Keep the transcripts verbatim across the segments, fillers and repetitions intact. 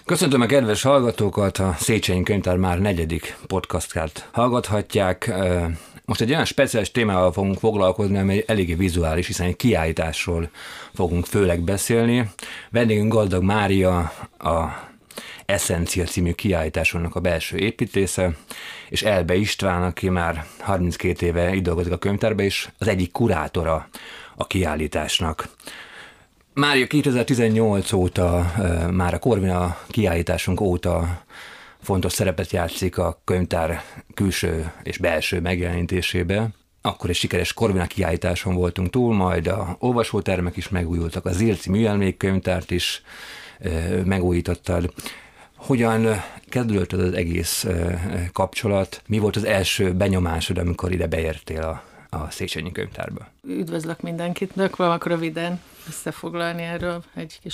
Köszöntöm a kedves hallgatókat, a Széchenyi Könyvtár már negyedik podcastját hallgathatják. Most egy olyan speciális témával fogunk foglalkozni, amely eléggé vizuális, hiszen egy kiállításról fogunk főleg beszélni. Vendégünk Gazdag Mária, a Essencia című kiállításunknak a belső építésze, és Elbe István, aki már harminckét éve itt dolgozik a könyvtárban, és az egyik kurátora a kiállításnak. Mária kétezer-tizennyolc óta, már a Corvina kiállításunk óta fontos szerepet játszik a könyvtár külső és belső megjelenítésébe. Akkor egy sikeres Corvina kiállításon voltunk túl, majd a olvasótermek is megújultak, a Zilci műemlékkönyvtárt is megújítottad. Hogyan kezdődött az egész kapcsolat? Mi volt az első benyomásod, amikor ide beértél a, a Széchenyi Könyvtárba? Üdvözlök mindenkit, de akkor röviden összefoglalni erről egy kis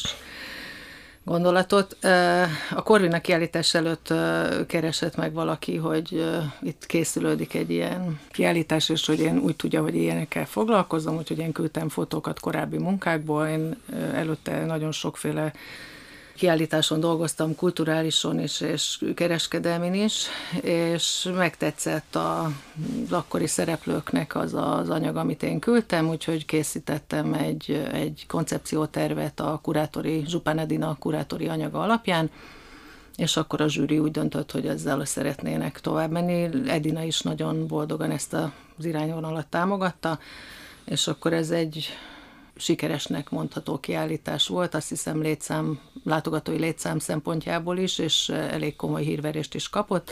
gondolatot. A Corvina kiállítás előtt keresett meg valaki, hogy itt készülődik egy ilyen kiállítás, és hogy én úgy tudja, hogy ilyenekkel foglalkozom, úgyhogy én küldtem fotókat korábbi munkákból. Én előtte nagyon sokféle kiállításon dolgoztam, kulturálison is, és kereskedelmin is, és megtetszett az akkori szereplőknek az az anyag, amit én küldtem, úgyhogy készítettem egy, egy koncepciótervet a kurátori, Zsupán Edina kurátori anyaga alapján, és akkor a zsűri úgy döntött, hogy ezzel szeretnének tovább menni. Edina is nagyon boldogan ezt az irányvonalat támogatta, és akkor ez egy sikeresnek mondható kiállítás volt, azt hiszem létszám, látogatói létszám szempontjából is, és elég komoly hírverést is kapott,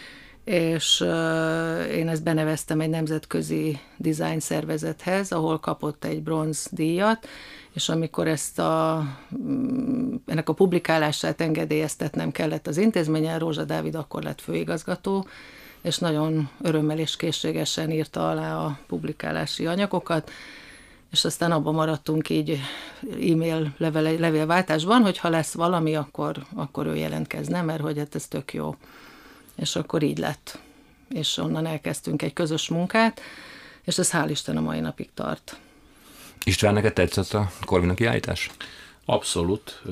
és én ezt beneveztem egy nemzetközi design szervezethez, ahol kapott egy bronz díjat, és amikor ezt a, ennek a publikálását engedélyeztetnem kellett az intézményen, Rózsa Dávid akkor lett főigazgató, és nagyon örömmel és készségesen írta alá a publikálási anyagokat, és aztán abban maradtunk így e-mail levél, levélváltásban, hogy ha lesz valami, akkor, akkor ő jelentkezne, mert hogy hát ez tök jó. És akkor így lett. És onnan elkezdtünk egy közös munkát, és ez hál' Isten a mai napig tart. István, neked tetszett a Corvina kiállítás? Abszolút.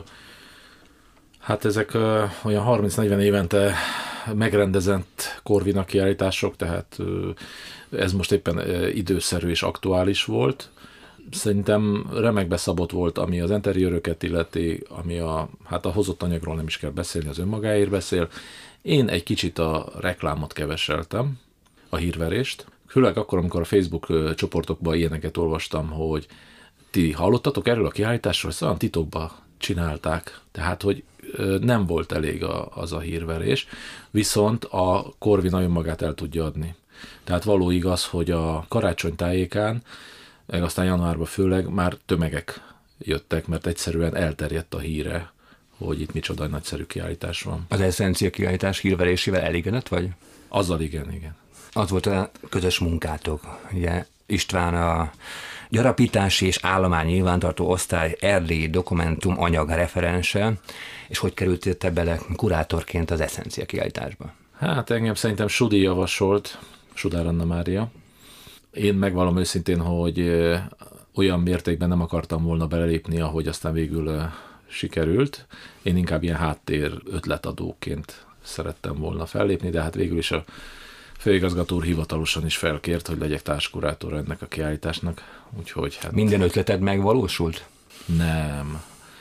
Hát ezek olyan harminc-negyven évente megrendezett Corvina kiállítások, tehát ez most éppen időszerű és aktuális volt. Szerintem remekbe szabott volt, ami az interiőröket illeti, ami a, hát a hozott anyagról nem is kell beszélni, az önmagáért beszél. Én egy kicsit a reklámot keveseltem, a hírverést. Főleg akkor, amikor a Facebook csoportokban ilyeneket olvastam, hogy ti hallottatok erről a kiállításról, ezt olyan titokban csinálták. Tehát, hogy nem volt elég a, az a hírverés, viszont a Corvina önmagát el tudja adni. Tehát való igaz, hogy a karácsony tájékán, meg aztán januárban főleg már tömegek jöttek, mert egyszerűen elterjedt a híre, hogy itt micsoda nagyszerű kiállítás van. Az Essencia kiállítás hírverésével elégedett vagy? Azzal igen, igen. Az volt a közös munkátok. Ugye István a gyarapítási és állomány nyilvántartó osztály erdélyi dokumentum anyag referense, és hogy kerültél te bele kurátorként az Essencia kiállításba? Hát engem szerintem Sudi javasolt, Sudár Anna Mária. Én megvallom őszintén, hogy olyan mértékben nem akartam volna belelépni, ahogy aztán végül sikerült. Én inkább ilyen háttér ötletadóként szerettem volna fellépni, de hát végül is a főigazgató úr hivatalosan is felkért, hogy legyek társkurátor ennek a kiállításnak. Úgyhogy hát... Minden ötleted megvalósult? Nem.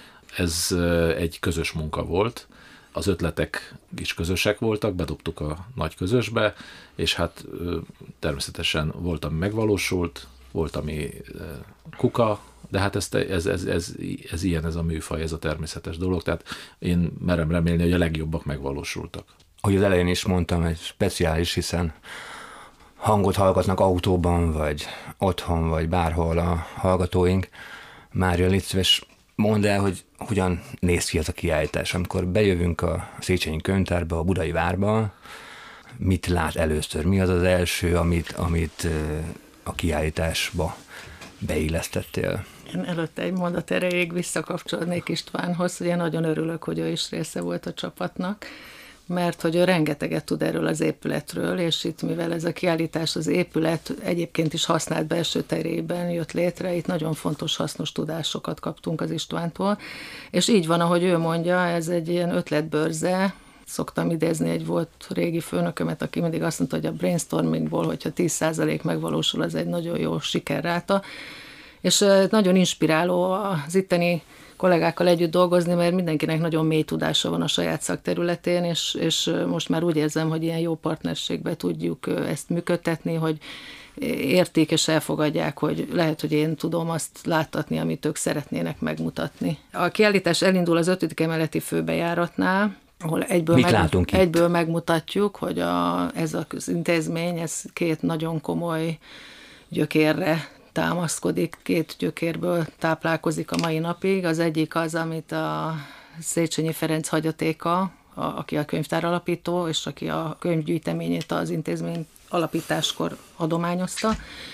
Ez egy közös munka volt. Az ötletek is közösek voltak, bedobtuk a nagy közösbe, és hát természetesen volt, ami megvalósult, volt, ami kuka, de hát ez, ez, ez, ez, ez ilyen, ez a műfaj, ez a természetes dolog, tehát én merem remélni, hogy a legjobbak megvalósultak. Hogy az elején is mondtam, egy speciális, hiszen hangot hallgatnak autóban, vagy otthon, vagy bárhol a hallgatóink. Mária, légy szíves, mondd el, hogy hogyan néz ki ez a kiállítás. Amikor bejövünk a Széchenyi Könyvtárba, a Budai Várba, mit lát először? Mi az az első, amit, amit a kiállításba beillesztettél? Én előtte egy mondat erejéig visszakapcsolódnék Istvánhoz, hogy én nagyon örülök, hogy ő is része volt a csapatnak, mert hogy ő rengeteget tud erről az épületről, és itt mivel ez a kiállítás az épület egyébként is használt belső terében jött létre, itt nagyon fontos, hasznos tudásokat kaptunk az Istvántól, és így van, ahogy ő mondja, ez egy ilyen ötletbörze. Szoktam idézni egy volt régi főnökömet, aki mindig azt mondta, hogy a brainstormingból, hogyha tíz százalék megvalósul, az egy nagyon jó sikerráta, és nagyon inspiráló az itteni kollégákkal együtt dolgozni, mert mindenkinek nagyon mély tudása van a saját szakterületén, és, és most már úgy érzem, hogy ilyen jó partnerségbe tudjuk ezt működtetni, hogy érték és elfogadják, hogy lehet, hogy én tudom azt láttatni, amit ők szeretnének megmutatni. A kiállítás elindul az ötödik emeleti főbejáratnál, ahol egyből, meg, egyből megmutatjuk, hogy a, ez az intézmény, ez két nagyon komoly gyökérre támaszkodik, két gyökérből táplálkozik a mai napig. Az egyik az, amit a Széchenyi Ferenc hagyatéka, a, aki a könyvtár alapító, és aki a könyvgyűjteményét az intézmény alapításkor adományozta.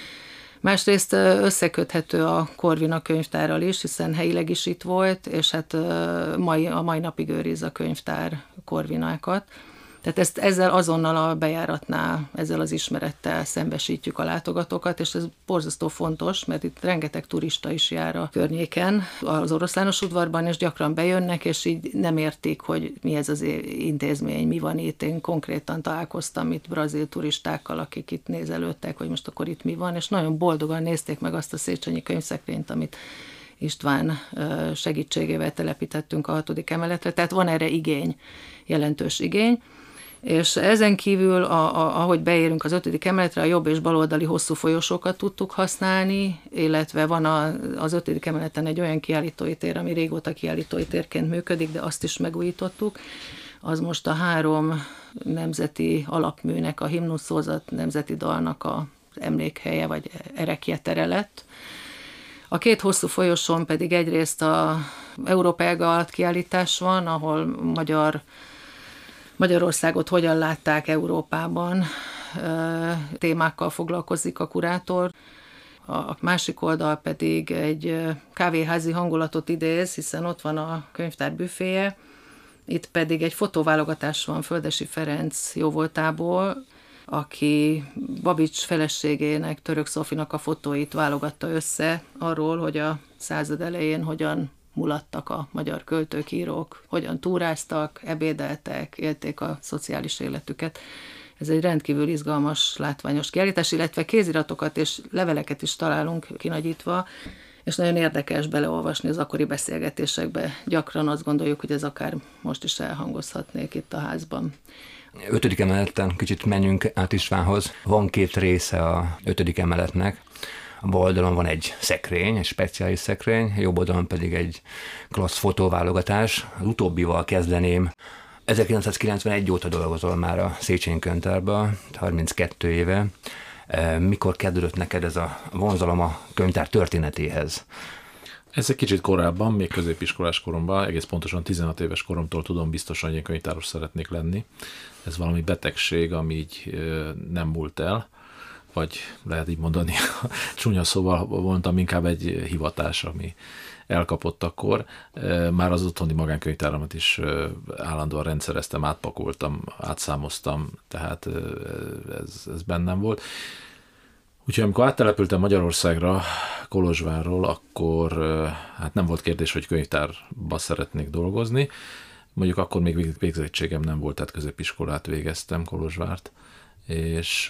Másrészt összeköthető a Corvina könyvtárral is, hiszen helyileg is itt volt, és hát mai, a mai napig őriz a könyvtár Corvinákat. Tehát ezt, ezzel azonnal a bejáratnál, ezzel az ismerettel szembesítjük a látogatókat, és ez borzasztó fontos, mert itt rengeteg turista is jár a környéken, az Oroszlános udvarban, és gyakran bejönnek, és így nem értik, hogy mi ez az intézmény, mi van itt. Én konkrétan találkoztam itt brazil turistákkal, akik itt nézelődtek, hogy most akkor itt mi van, és nagyon boldogan nézték meg azt a Széchenyi könyvszekrényt, amit István segítségével telepítettünk a hatodik emeletre, tehát van erre igény, jelentős igény. És ezen kívül, a, a, ahogy beérünk az ötödik emeletre, a jobb és baloldali hosszú folyosókat tudtuk használni, illetve van a, az ötödik emeleten egy olyan kiállítói tér, ami régóta kiállítói térként működik, de azt is megújítottuk. Az most a három nemzeti alapműnek, a himnuszózat nemzeti dalnak az emlékhelye, vagy erekjetere lett. A két hosszú folyosón pedig egyrészt a Európa Elga alatt kiállítás van, ahol magyar Magyarországot hogyan látták Európában, témákkal foglalkozik a kurátor. A másik oldal pedig egy kávéházi hangulatot idéz, hiszen ott van a könyvtár büféje, itt pedig egy fotóválogatás van Földessy Ferenc jóvoltából, aki Babics feleségének, Török Szofinak a fotóit válogatta össze arról, hogy a század elején hogyan mulattak a magyar költők, írók, hogyan túráztak, ebédeltek, élték a szociális életüket. Ez egy rendkívül izgalmas, látványos kiállítás, illetve kéziratokat és leveleket is találunk kinagyítva, és nagyon érdekes beleolvasni az akkori beszélgetésekbe. Gyakran azt gondoljuk, hogy ez akár most is elhangozhatnék itt a házban. Ötödik emeleten kicsit menjünk át Istvánhoz. Van két része a ötödik emeletnek. A bal oldalon van egy szekrény, egy speciális szekrény, jobb oldalon pedig egy klassz fotóválogatás. Az utóbbival kezdeném. ezerkilencszázkilencvenegy óta dolgozol már a Széchenyi könyvtárban, harminckettő éve. Mikor kezdődött neked ez a vonzalom a könyvtár történetéhez? Ez egy kicsit korábban, még középiskolás koromban, egész pontosan tizenhat éves koromtól tudom biztosan, hogy én könyvtáros szeretnék lenni. Ez valami betegség, ami így nem múlt el, vagy lehet így mondani, csúnya szóval mondtam, inkább egy hivatás, ami elkapott akkor. Már az otthoni magánkönyvtáramat is állandóan rendszereztem, átpakoltam, átszámoztam, tehát ez, ez bennem volt. Úgyhogy amikor áttelepültem Magyarországra, Kolozsvárról, akkor hát nem volt kérdés, hogy könyvtárba szeretnék dolgozni. Mondjuk akkor még végzettségem nem volt, tehát középiskolát végeztem Kolozsvárt, és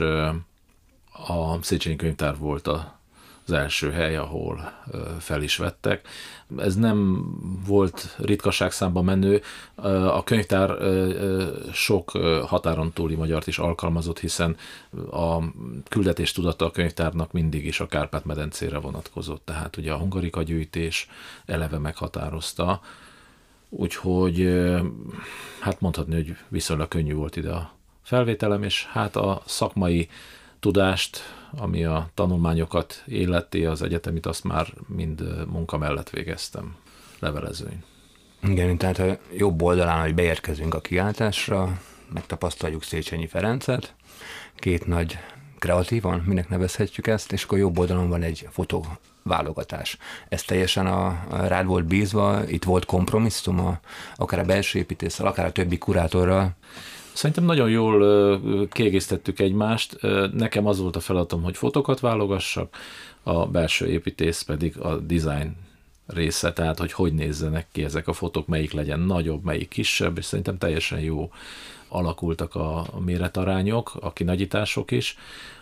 a Széchenyi könyvtár volt az első hely, ahol fel is vettek. Ez nem volt ritkaságszámba menő, a könyvtár sok határon túli magyart is alkalmazott, hiszen a küldetés tudata a könyvtárnak mindig is a Kárpát-medencére vonatkozott, tehát ugye a hungarika gyűjtés eleve meghatározta, úgyhogy hát mondhatni, hogy viszonylag könnyű volt ide a felvételem, és hát a szakmai tudást, ami a tanulmányokat illeti, az egyetemit, azt már mind munka mellett végeztem levelezőn. Igen, tehát a jobb oldalán, hogy beérkezünk a kiállításra, megtapasztaljuk Széchenyi Ferencet, két nagy kreatívan, minek nevezhetjük ezt, és akkor jobb oldalon van egy fotóválogatás. Ez teljesen a, a rád volt bízva, itt volt kompromisszum, a, akár a belső építéssel, akár a többi kurátorral. Szerintem nagyon jól kiegészítettük egymást. Nekem az volt a feladatom, hogy fotókat válogassak, a belső építész pedig a design része, tehát hogy hogy nézzenek ki ezek a fotók, melyik legyen nagyobb, melyik kisebb, és szerintem teljesen jó alakultak a méretarányok, a kinagyítások is.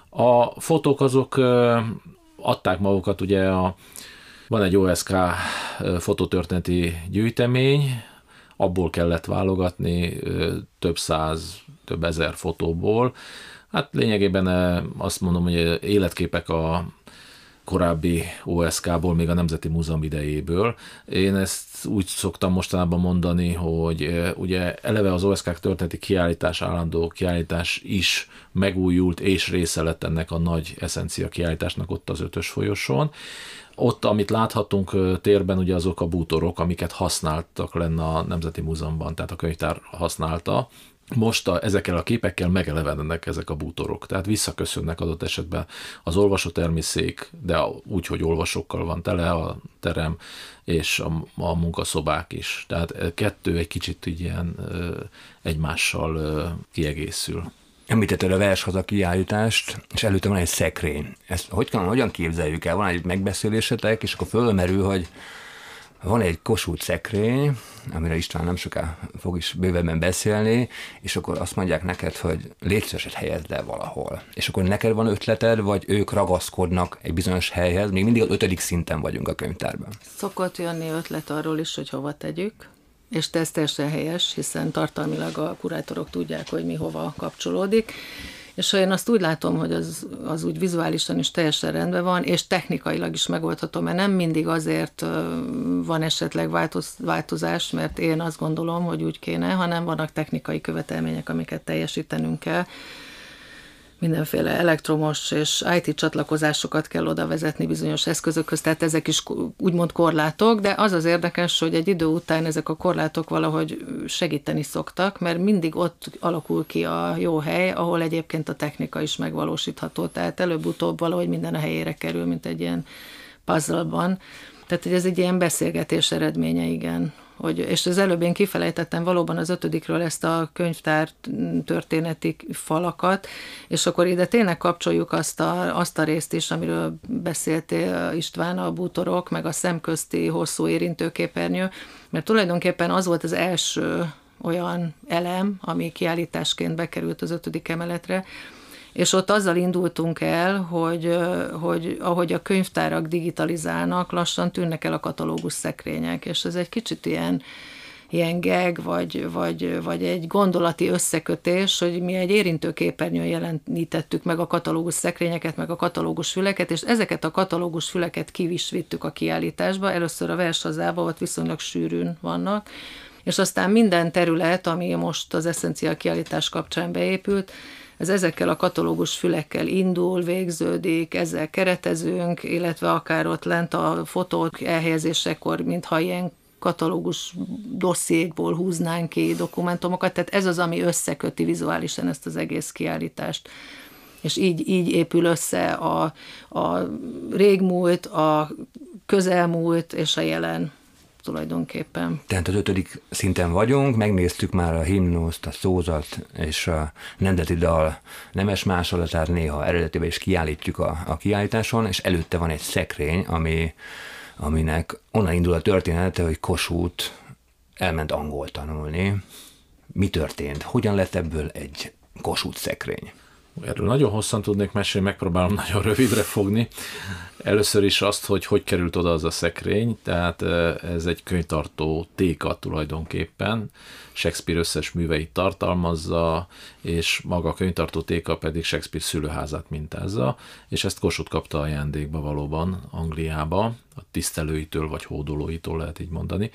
A fotók azok adták magukat, ugye a, van egy o es ká fototörténeti gyűjtemény, abból kellett válogatni több száz, több ezer fotóból. Hát lényegében azt mondom, hogy életképek a korábbi o es ká-ból, még a Nemzeti Múzeum idejéből. Én ezt úgy szoktam mostanában mondani, hogy ugye eleve az o es ká történeti kiállítás, állandó kiállítás is megújult, és része lett ennek a nagy eszencia kiállításnak ott az Ötös folyosón. Ott, amit láthatunk térben, ugye azok a bútorok, amiket használtak lenne a Nemzeti Múzeumban, tehát a könyvtár használta. Most a, ezekkel a képekkel megelevenednek ezek a bútorok, tehát visszaköszönnek adott esetben az olvasótermiszék, de úgy, hogy olvasókkal van tele a terem, és a, a munkaszobák is. Tehát kettő egy kicsit így ilyen egymással kiegészül. Említetted a Vershaza kiállítást, és előtte van egy szekrény. Ezt hogy kell, hogyan képzeljük el? Van egy megbeszélésetek, és akkor fölmerül, hogy van egy Kossuth szekrény, amire István nem soká fog is bővebben beszélni, és akkor azt mondják neked, hogy légy szíves, helyezd el valahol. És akkor neked van ötleted, vagy ők ragaszkodnak egy bizonyos helyhez, még mindig az ötödik szinten vagyunk a könyvtárban. Szokott jönni ötlet arról is, hogy hova tegyük, és ez teljesen helyes, hiszen tartalmilag a kurátorok tudják, hogy mi hova kapcsolódik. És ha én azt úgy látom, hogy az, az úgy vizuálisan is teljesen rendben van, és technikailag is megoldható, mert nem mindig azért van esetleg változ, változás, mert én azt gondolom, hogy úgy kéne, hanem vannak technikai követelmények, amiket teljesítenünk kell. Mindenféle elektromos és i té csatlakozásokat kell oda vezetni bizonyos eszközökhöz, tehát ezek is úgymond korlátok, de az az érdekes, hogy egy idő után ezek a korlátok valahogy segíteni szoktak, mert mindig ott alakul ki a jó hely, ahol egyébként a technika is megvalósítható, tehát előbb-utóbb valahogy minden a helyére kerül, mint egy ilyen puzzle-ban. Tehát, hogy ez egy ilyen beszélgetés eredménye, igen. Hogy, és az előbb én kifelejtettem valóban az ötödikről ezt a könyvtár történeti falakat, és akkor ide tényleg kapcsoljuk azt a, azt a részt is, amiről beszéltél István, a bútorok, meg a szemközti hosszú érintőképernyő, mert tulajdonképpen az volt az első olyan elem, ami kiállításként bekerült az ötödik emeletre, és ott azzal indultunk el, hogy, hogy ahogy a könyvtárak digitalizálnak, lassan tűnnek el a katalógus szekrények, és ez egy kicsit ilyen, ilyen gag, vagy, vagy, vagy egy gondolati összekötés, hogy mi egy érintőképernyőn jelenítettük meg a katalógus szekrényeket, meg a katalógus füleket, és ezeket a katalógus füleket ki is vittük a kiállításba, először a Vershazába, ott viszonylag sűrűn vannak, és aztán minden terület, ami most az Eszencia kiállítás kapcsán beépült, ez ezekkel a katalógus fülekkel indul, végződik, ezzel keretezünk, illetve akár ott lent a fotók elhelyezésekor, mintha ilyen katalógus dossziékból húznánk ki dokumentumokat, tehát ez az, ami összeköti vizuálisan ezt az egész kiállítást. És így, így épül össze a, a régmúlt, a közelmúlt és a jelen tulajdonképpen. Tehát az ötödik szinten vagyunk, megnéztük már a himnuszt, a szózat és a nemzeti dal nemes másolatát, néha eredetiben is kiállítjuk a, a kiállításon, és előtte van egy szekrény, ami, aminek onnan indul a története, hogy Kossuth elment angol tanulni. Mi történt? Hogyan lett ebből egy Kossuth szekrény? Erről nagyon hosszan tudnék mesélni, megpróbálom nagyon rövidre fogni. Először is azt, hogy hogy került oda az a szekrény, tehát ez egy könyvtartó téka tulajdonképpen, Shakespeare összes műveit tartalmazza, és maga a könyvtartó téka pedig Shakespeare szülőházát mintázza, és ezt Kossuth kapta ajándékba valóban Angliába, a tisztelőitől vagy hódolóitól lehet így mondani.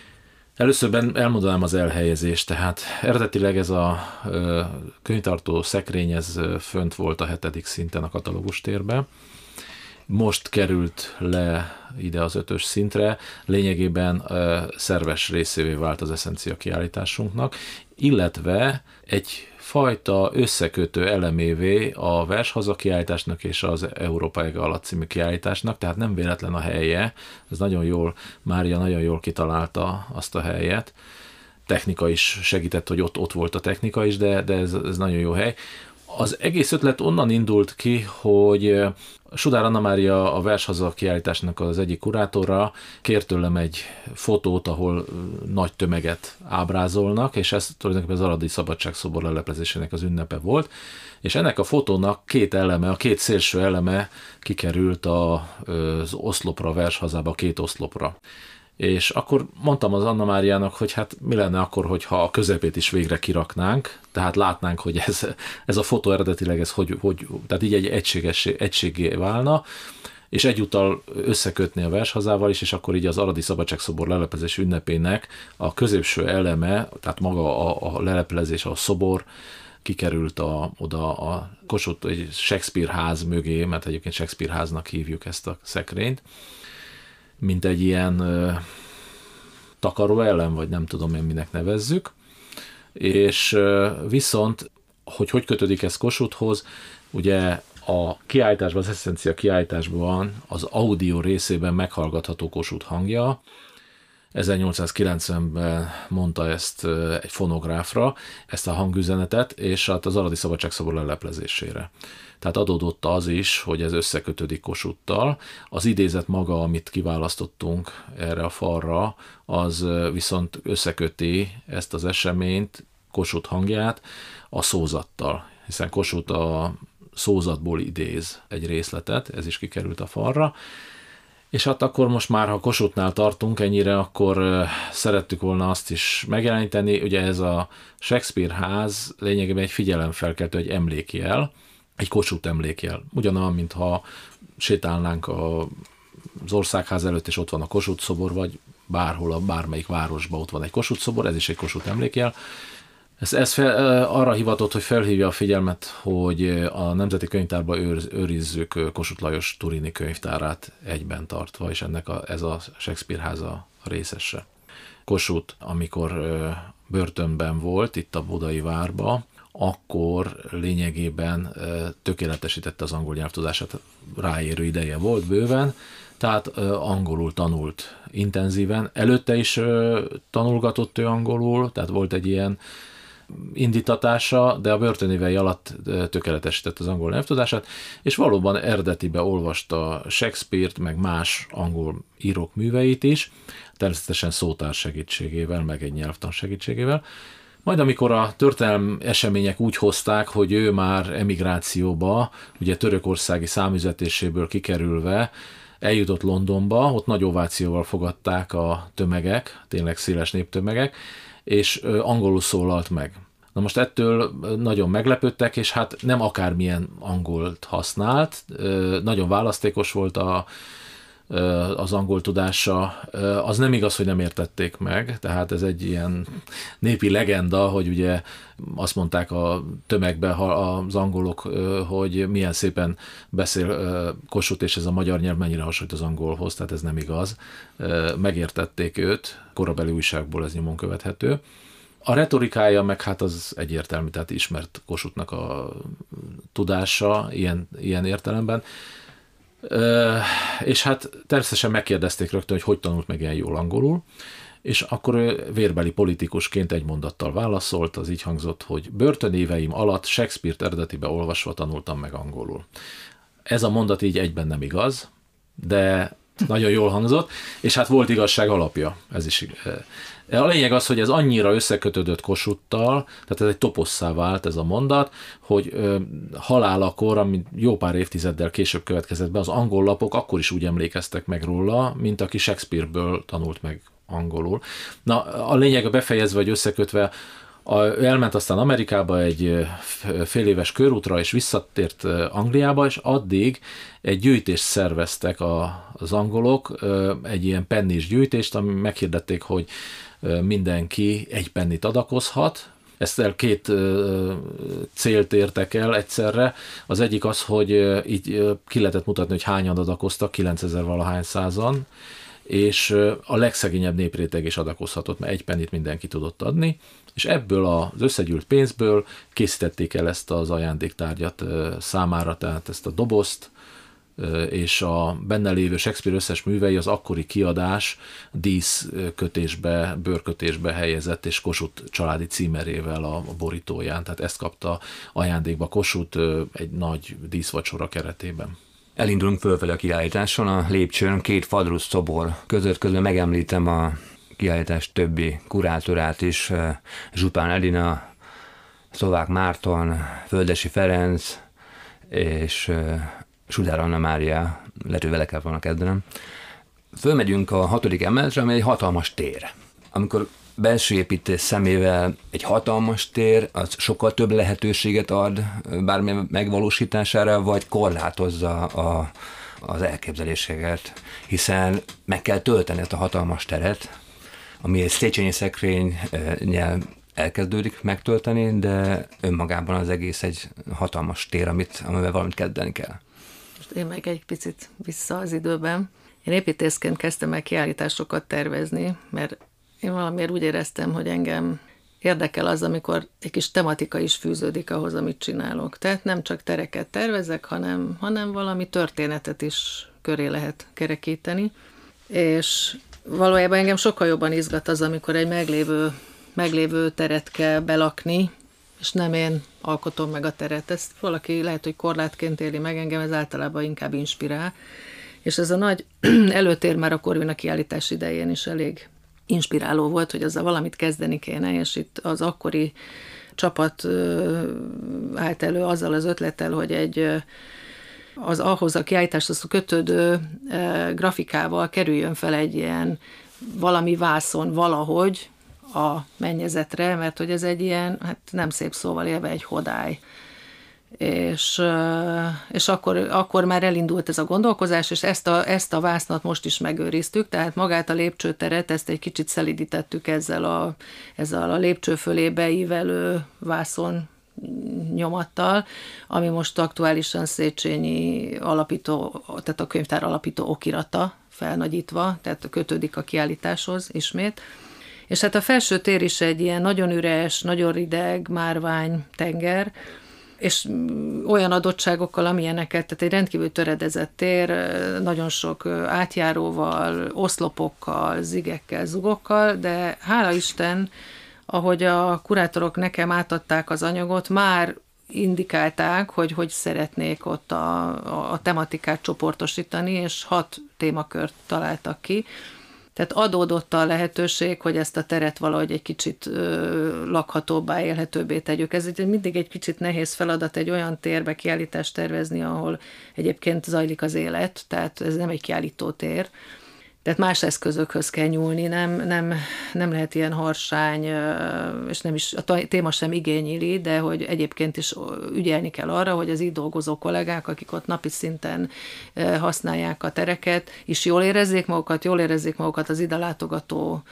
Először elmondanám az elhelyezést, tehát eredetileg ez a könyvtartó szekrény, ez fönt volt a hetedik szinten a katalógus térben, most került le ide az ötös szintre, lényegében szerves részévé vált az eszencia kiállításunknak, illetve egy fajta összekötő elemévé a Vershaza kiállításnak és az Európa Ege alatt című kiállításnak, tehát nem véletlen a helye, ez nagyon jól, Mária nagyon jól kitalálta azt a helyet, technika is segített, hogy ott, ott volt a technika is, de, de ez, ez nagyon jó hely. Az egész ötlet onnan indult ki, hogy Sudár Anna Mária, a Vershaza kiállításnak az egyik kurátora kért tőlem egy fotót, ahol nagy tömeget ábrázolnak, és ez tulajdonképpen az Aradi Szabadságszobor leleplezésének az ünnepe volt, és ennek a fotónak két eleme, a két szélső eleme kikerült az oszlopra, a Vershazába, a két oszlopra. És akkor mondtam az Anna Máriának, hogy hát mi lenne akkor, hogyha a közepét is végre kiraknánk, tehát látnánk, hogy ez, ez a fotó eredetileg ez hogy, hogy tehát így egy egységes, egységé válna, és egyúttal összekötni a Vershazával is, és akkor így az Aradi Szabadságszobor leleplezés ünnepének a középső eleme, tehát maga a, a leleplezés, a szobor kikerült a, oda a Kossuth, egy Shakespeare ház mögé, mert egyébként Shakespeare háznak hívjuk ezt a szekrényt, mint egy ilyen ö, takaró elem, vagy nem tudom én minek nevezzük, és ö, viszont, hogy hogy kötődik ez Kossuthhoz, ugye a kiállításban, az eszencia kiállításban az audio részében meghallgatható Kossuth hangja, ezernyolcszázkilencvenben mondta ezt egy fonográfra, ezt a hangüzenetet, és hát az Aradi Szabadságszobor leleplezésére. Tehát adódott az is, hogy ez összekötődik Kossuthttal. Az idézet maga, amit kiválasztottunk erre a falra, az viszont összeköti ezt az eseményt, Kossuth hangját a szózattal, hiszen Kossuth a szózatból idéz egy részletet, ez is kikerült a falra. És hát akkor most már, ha Kossuhtnál tartunk ennyire, akkor szerettük volna azt is megjeleníteni, ugye ez a Shakespeare ház lényegében egy figyelemfelkeltő, egy emlékjel, egy Kossuth emlékjel. Ugyanolyan, mintha sétálnánk a, az Országház előtt, és ott van a Kossuth szobor, vagy bárhol, a bármelyik városban ott van egy Kossuth szobor, ez is egy Kossuth emlékjel. Ez, ez fel, arra hivatott, hogy felhívja a figyelmet, hogy a Nemzeti Könyvtárban őr, őrizzük Kossuth Lajos Turini könyvtárát egyben tartva, és ennek a, ez a Shakespeare háza a részese. Kossuth, amikor börtönben volt, itt a Budai várba, akkor lényegében tökéletesítette az angol nyelvtudását, ráérő ideje volt bőven, tehát angolul tanult intenzíven. Előtte is tanulgatott ő angolul, tehát volt egy ilyen indítatása, de a börtönévei alatt tökéletesített az angol nyelvtudását, és valóban eredetibe olvasta Shakespeare-t, meg más angol írók műveit is, természetesen szótár segítségével, meg egy nyelvtan segítségével. Majd amikor a történelmi események úgy hozták, hogy ő már emigrációba, ugye törökországi számüzetéséből kikerülve eljutott Londonba, ott nagy ovációval fogadták a tömegek, tényleg széles néptömegek, és angolul szólalt meg. Na most ettől nagyon meglepődtek, és hát nem akármilyen angolt használt, nagyon választékos volt a, az angol tudása. Az nem igaz, hogy nem értették meg, tehát ez egy ilyen népi legenda, hogy ugye azt mondták a tömegben az angolok, hogy milyen szépen beszél Kossuth, és ez a magyar nyelv mennyire hasonlít az angolhoz, tehát ez nem igaz. Megértették őt, korabeli újságból ez nyomon követhető. A retorikája meg hát az egyértelmű, tehát ismert Kossuthnak a tudása ilyen, ilyen értelemben. Ö, és hát természetesen megkérdezték rögtön, hogy hogy tanult meg ilyen jól angolul, és akkor ő vérbeli politikusként egy mondattal válaszolt, az így hangzott, hogy börtönéveim alatt Shakespeare-t eredetibe olvasva tanultam meg angolul. Ez a mondat így egyben nem igaz, de nagyon jól hangzott, és hát volt igazság alapja, ez is. A lényeg az, hogy ez annyira összekötődött Kossuthtal, tehát ez egy toposszá vált ez a mondat, hogy ö, halálakor, ami jó pár évtizeddel később következett be, az angol lapok akkor is úgy emlékeztek meg róla, mint aki Shakespeare-ből tanult meg angolul. Na, a lényeg a befejezve, vagy összekötve, a, elment aztán Amerikába egy fél éves körútra, és visszatért Angliába, és addig egy gyűjtést szerveztek a, az angolok, egy ilyen pennis gyűjtést, ami meghirdették, hogy mindenki egy pennit adakozhat. ezt el két célt értek el egyszerre. Az egyik az, hogy így ki lehetett mutatni, hogy hányan adakoztak, kilencezer valahány százan, és a legszegényebb népréteg is adakozhatott, mert egy pennit mindenki tudott adni, és ebből az összegyűlt pénzből készítették el ezt az ajándéktárgyat számára, tehát ezt a dobozt, és a benne lévő Shakespeare összes művei az akkori kiadás díszkötésbe, bőrkötésbe helyezett, és Kossuth családi címerével a borítóján, tehát ezt kapta ajándékba Kossuth egy nagy díszvacsora keretében. Elindulunk fölfelé a kiállításon, a lépcsőn két fadrusz szobor között, közben megemlítem a kiállítás többi kurátorát is, Zsupán Edina, Szlovák Márton, Földesi Ferenc és Sudár Anna Mária, lehet, hogy vele kell volna kezdenem. Fölmegyünk a hatodik emeletre, ami egy hatalmas tér. Amikor belső építész szemével egy hatalmas tér, az sokkal több lehetőséget ad bármi megvalósítására, vagy korlátozza a, az elképzeléseket, hiszen meg kell tölteni ezt a hatalmas teret, ami egy Széchenyi szekrénynyel elkezdődik megtölteni, de önmagában az egész egy hatalmas tér, amit, amivel valamit kezdeni kell. Most én meg egy picit vissza az időben. Én építészként kezdtem el kiállításokat tervezni, mert én valamiért úgy éreztem, hogy engem érdekel az, amikor egy kis tematika is fűződik ahhoz, amit csinálok. Tehát nem csak tereket tervezek, hanem, hanem valami történetet is köré lehet kerekíteni. És valójában engem sokkal jobban izgat az, amikor egy meglévő, meglévő teret kell belakni, és nem én alkotom meg a teret. Ezt valaki lehet, hogy korlátként éli meg, engem ez általában inkább inspirál. És ez a nagy előtér már a Corvina kiállítás idején is elég inspiráló volt, hogy azzal valamit kezdeni kéne, és itt az akkori csapat állt elő azzal az ötlettel, hogy egy az ahhoz a kiállításhoz kötődő grafikával kerüljön fel egy ilyen valami vászon valahogy a mennyezetre, mert hogy ez egy ilyen, hát nem szép szóval élve, egy hodály. És, és akkor, akkor már elindult ez a gondolkozás, és ezt a, ezt a vásznat most is megőriztük, tehát magát a lépcsőteret, ezt egy kicsit szelidítettük ezzel a, ezzel a lépcső fölé beívelő vászon nyomattal, ami most aktuálisan Széchenyi alapító, tehát a könyvtár alapító okirata felnagyítva, tehát kötődik a kiállításhoz ismét. És hát a felső tér is egy ilyen nagyon üres, nagyon rideg, márvány tenger, és olyan adottságokkal, amilyeneket, tehát egy rendkívül töredezett tér, nagyon sok átjáróval, oszlopokkal, zigekkel, zugokkal, de hála Isten, ahogy a kurátorok nekem átadták az anyagot, már indikálták, hogy hogy szeretnék ott a, a, a tematikát csoportosítani, és hat témakört találtak ki. Tehát adódott a lehetőség, hogy ezt a teret valahogy egy kicsit ö, lakhatóbbá, élhetőbbé tegyük. Ez egy, mindig egy kicsit nehéz feladat egy olyan térbe kiállítást tervezni, ahol egyébként zajlik az élet, tehát ez nem egy kiállító tér. Tehát más eszközökhöz kell nyúlni, nem, nem, nem lehet ilyen harsány, és nem is, a téma sem igényeli, de hogy egyébként is ügyelni kell arra, hogy az itt dolgozó kollégák, akik ott napi szinten használják a tereket, is jól érezzék magukat, jól érezzék magukat az ide látogató,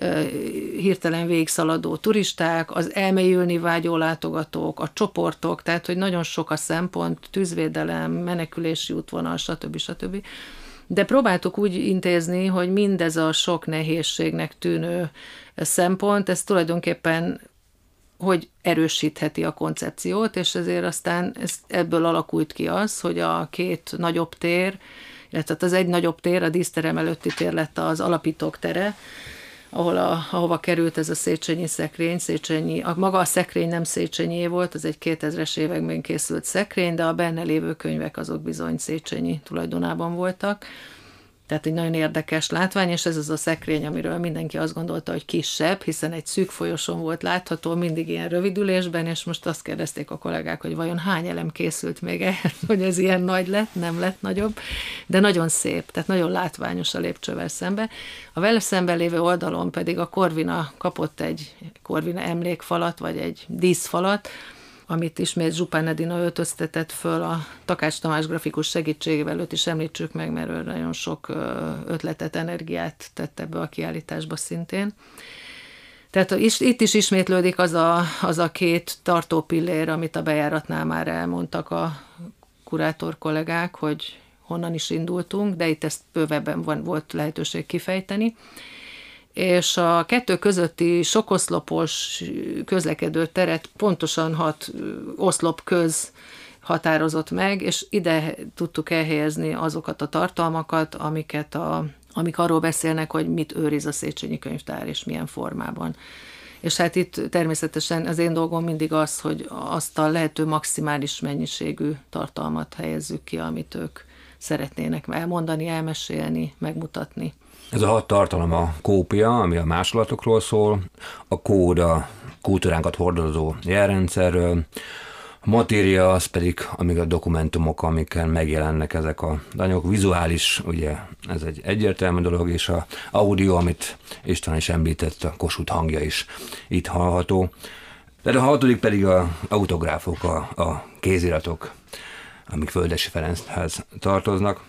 hirtelen végigszaladó turisták, az elmélyülni vágyó látogatók, a csoportok, tehát hogy nagyon sok a szempont, tűzvédelem, menekülési útvonal, stb. stb. De próbáltuk úgy intézni, hogy mindez a sok nehézségnek tűnő szempont, ez tulajdonképpen hogy erősítheti a koncepciót, és ezért aztán ez, ebből alakult ki az, hogy a két nagyobb tér, illetve az egy nagyobb tér, a díszterem előtti tér lett az alapítók tere, ahol a, ahova került ez a Széchenyi szekrény, Széchenyi, a, maga a szekrény nem Széchenyé volt, az egy kétezres években készült szekrény, de a benne lévő könyvek azok bizony Széchenyi tulajdonában voltak. Tehát egy nagyon érdekes látvány, és ez az a szekrény, amiről mindenki azt gondolta, hogy kisebb, hiszen egy szűk folyosón volt látható, mindig ilyen rövidülésben, és most azt kérdezték a kollégák, hogy vajon hány elem készült még ehhez, hogy ez ilyen nagy lett, nem lett nagyobb, de nagyon szép, tehát nagyon látványos a lépcsővel szembe. A vele szemben lévő oldalon pedig a Corvina kapott egy Corvina emlékfalat, vagy egy díszfalat, amit ismét Zsupán Edina öltöztetett föl a Takács Tamás grafikus segítségével, őt is említsük meg, mert ő nagyon sok ötletet, energiát tett ebbe a kiállításba szintén. Tehát itt is ismétlődik az a, az a két tartópillér, amit a bejáratnál már elmondtak a kurátor kollégák, hogy honnan is indultunk, de itt ezt bővebben van, volt lehetőség kifejteni. És a kettő közötti sokoszlopos közlekedő teret pontosan hat oszlop köz határozott meg, és ide tudtuk elhelyezni azokat a tartalmakat, amiket a, amik arról beszélnek, hogy mit őriz a Széchenyi Könyvtár, és milyen formában. És hát itt természetesen az én dolgom mindig az, hogy azt a lehető maximális mennyiségű tartalmat helyezzük ki, amit ők szeretnének elmondani, elmesélni, megmutatni. Ez a hat tartalom a kópia, ami a másolatokról szól, a kód a kultúránkat hordozó jelrendszerről, a matéria az pedig, amíg a dokumentumok, amikkel megjelennek ezek a anyagok, vizuális, ugye ez egy egyértelmű dolog, és a audio, amit István is említett, a Kossuth hangja is itt hallható. De a hatodik pedig az autográfok, a, a kéziratok, amik Földessy Ferenchez tartoznak.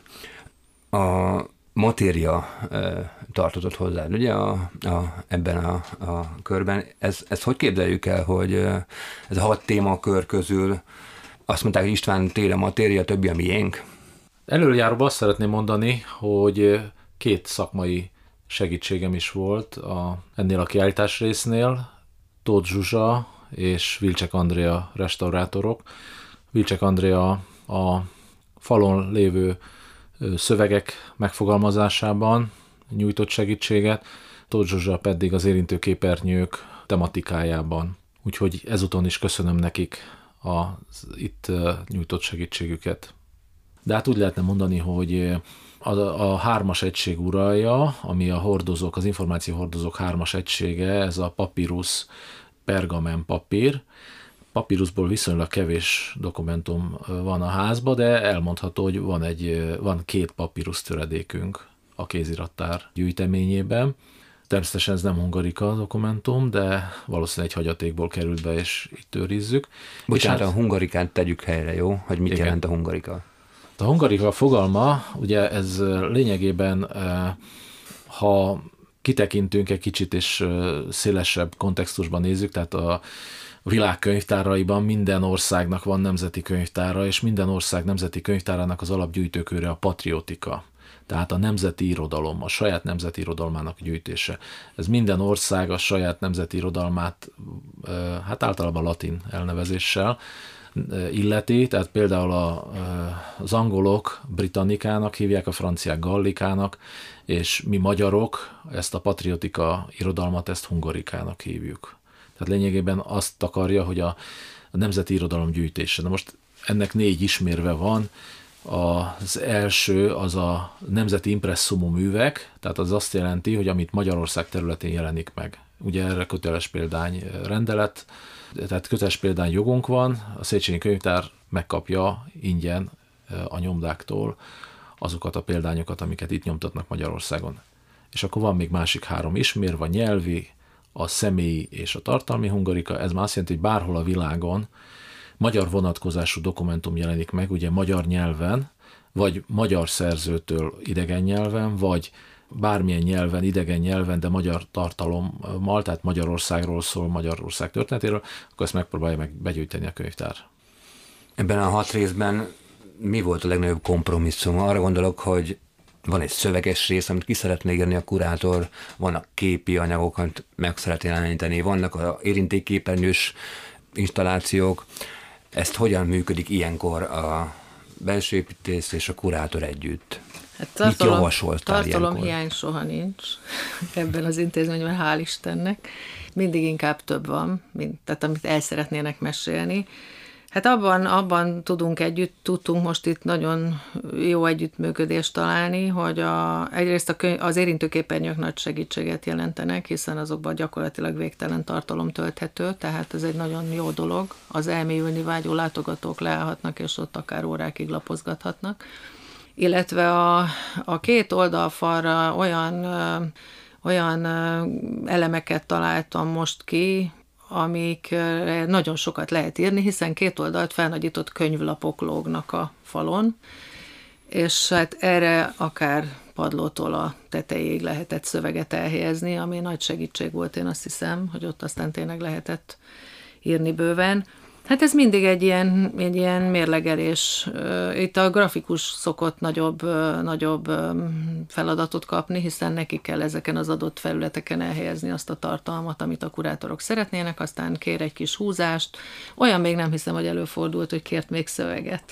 A matéria e, tartozott hozzád, ugye, a, a, ebben a, a körben. Ez, ezt hogy képzeljük el, hogy ez a hat témakör közül azt mondták, hogy István téle matéria, többi a miénk? Előjáróban azt szeretném mondani, hogy két szakmai segítségem is volt a, ennél a kiállítás résznél, Tóth Zsuzsa és Vilcsek Andrea restaurátorok. Vilcsek Andrea a falon lévő szövegek megfogalmazásában nyújtott segítséget, Tóth Zsuzsa pedig az érintőképernyők tematikájában. Úgyhogy ezúton is köszönöm nekik az itt nyújtott segítségüket. De hát úgy lehetne mondani, hogy a, a hármas egység uralja, ami a hordozók, az információhordozók hármas egysége, ez a papírus pergamen papír. Papírusból viszonylag kevés dokumentum van a házba, de elmondható, hogy van, egy, van két papírus töredékünk a kézirattár gyűjteményében. Természetesen ez nem hungarika dokumentum, de valószínűleg egy hagyatékból került be, és itt őrizzük. Bocsánat, hát, a hungarikát tegyük helyre, jó? Hogy mit igen. jelent a hungarika? A hungarika fogalma, ugye ez lényegében, ha kitekintünk egy kicsit és szélesebb kontextusban nézzük, tehát a A világ könyvtáraiban minden országnak van nemzeti könyvtára, és minden ország nemzeti könyvtárának az alapgyűjtőköre a patriotika. Tehát a nemzeti irodalom, a saját nemzeti irodalmának gyűjtése. Ez minden ország a saját nemzeti irodalmát, hát általában latin elnevezéssel illeti, tehát például a, az angolok britannikának hívják, a franciák gallikának, és mi magyarok ezt a patriotika irodalmat, ezt hungarikának hívjuk. Tehát lényegében azt akarja, hogy a, a nemzeti irodalom gyűjtése. Na most ennek négy ismérve van. Az első az a nemzeti impresszumú művek, tehát az azt jelenti, hogy amit Magyarország területén jelenik meg. Ugye erre köteles példány rendelet, tehát köteles példány jogunk van, a Széchenyi Könyvtár megkapja ingyen a nyomdáktól azokat a példányokat, amiket itt nyomtatnak Magyarországon. És akkor van még másik három ismérve, a nyelvi, a személyi és a tartalmi hungarika. Ez már azt jelenti, hogy bárhol a világon magyar vonatkozású dokumentum jelenik meg, ugye magyar nyelven, vagy magyar szerzőtől idegen nyelven, vagy bármilyen nyelven, idegen nyelven, de magyar tartalommal, tehát Magyarországról szól, Magyarország történetéről, akkor ezt megpróbálja meg begyűjteni a könyvtár. Ebben a hat részben mi volt a legnagyobb kompromisszum? Arra gondolok, hogy van egy szöveges rész, amit ki szeretné írni a kurátor, vannak képi anyagokat meg szeretné jeleníteni, vannak az érintékképernyős installációk. Ezt hogyan működik ilyenkor a belső építész és a kurátor együtt? Hát tartalom, Mit javasoltál tartalom hiány soha nincs ebben az intézményben, hál' Istennek. Mindig inkább több van, mint, tehát amit el szeretnének mesélni. Hát abban, abban tudunk együtt, tudtunk most itt nagyon jó együttműködést találni, hogy a, egyrészt a könyv, az érintőképernyők nagy segítséget jelentenek, hiszen azokban gyakorlatilag végtelen tartalom tölthető, tehát ez egy nagyon jó dolog. Az elmélyülni vágyó látogatók leállhatnak, és ott akár órákig lapozgathatnak. Illetve a, a két oldalfalra olyan, ö, olyan ö, elemeket találtam most ki, amikre nagyon sokat lehet írni, hiszen két oldalt felnagyított könyvlapok lógnak a falon, és hát erre akár padlótól a tetejéig lehetett szöveget elhelyezni, ami nagy segítség volt, én azt hiszem, hogy ott aztán tényleg lehetett írni bőven. Hát ez mindig egy ilyen, egy ilyen mérlegelés. Itt a grafikus szokott nagyobb, nagyobb feladatot kapni, hiszen neki kell ezeken az adott felületeken elhelyezni azt a tartalmat, amit a kurátorok szeretnének, aztán kér egy kis húzást. Olyan még nem hiszem, hogy előfordult, hogy kért még szöveget.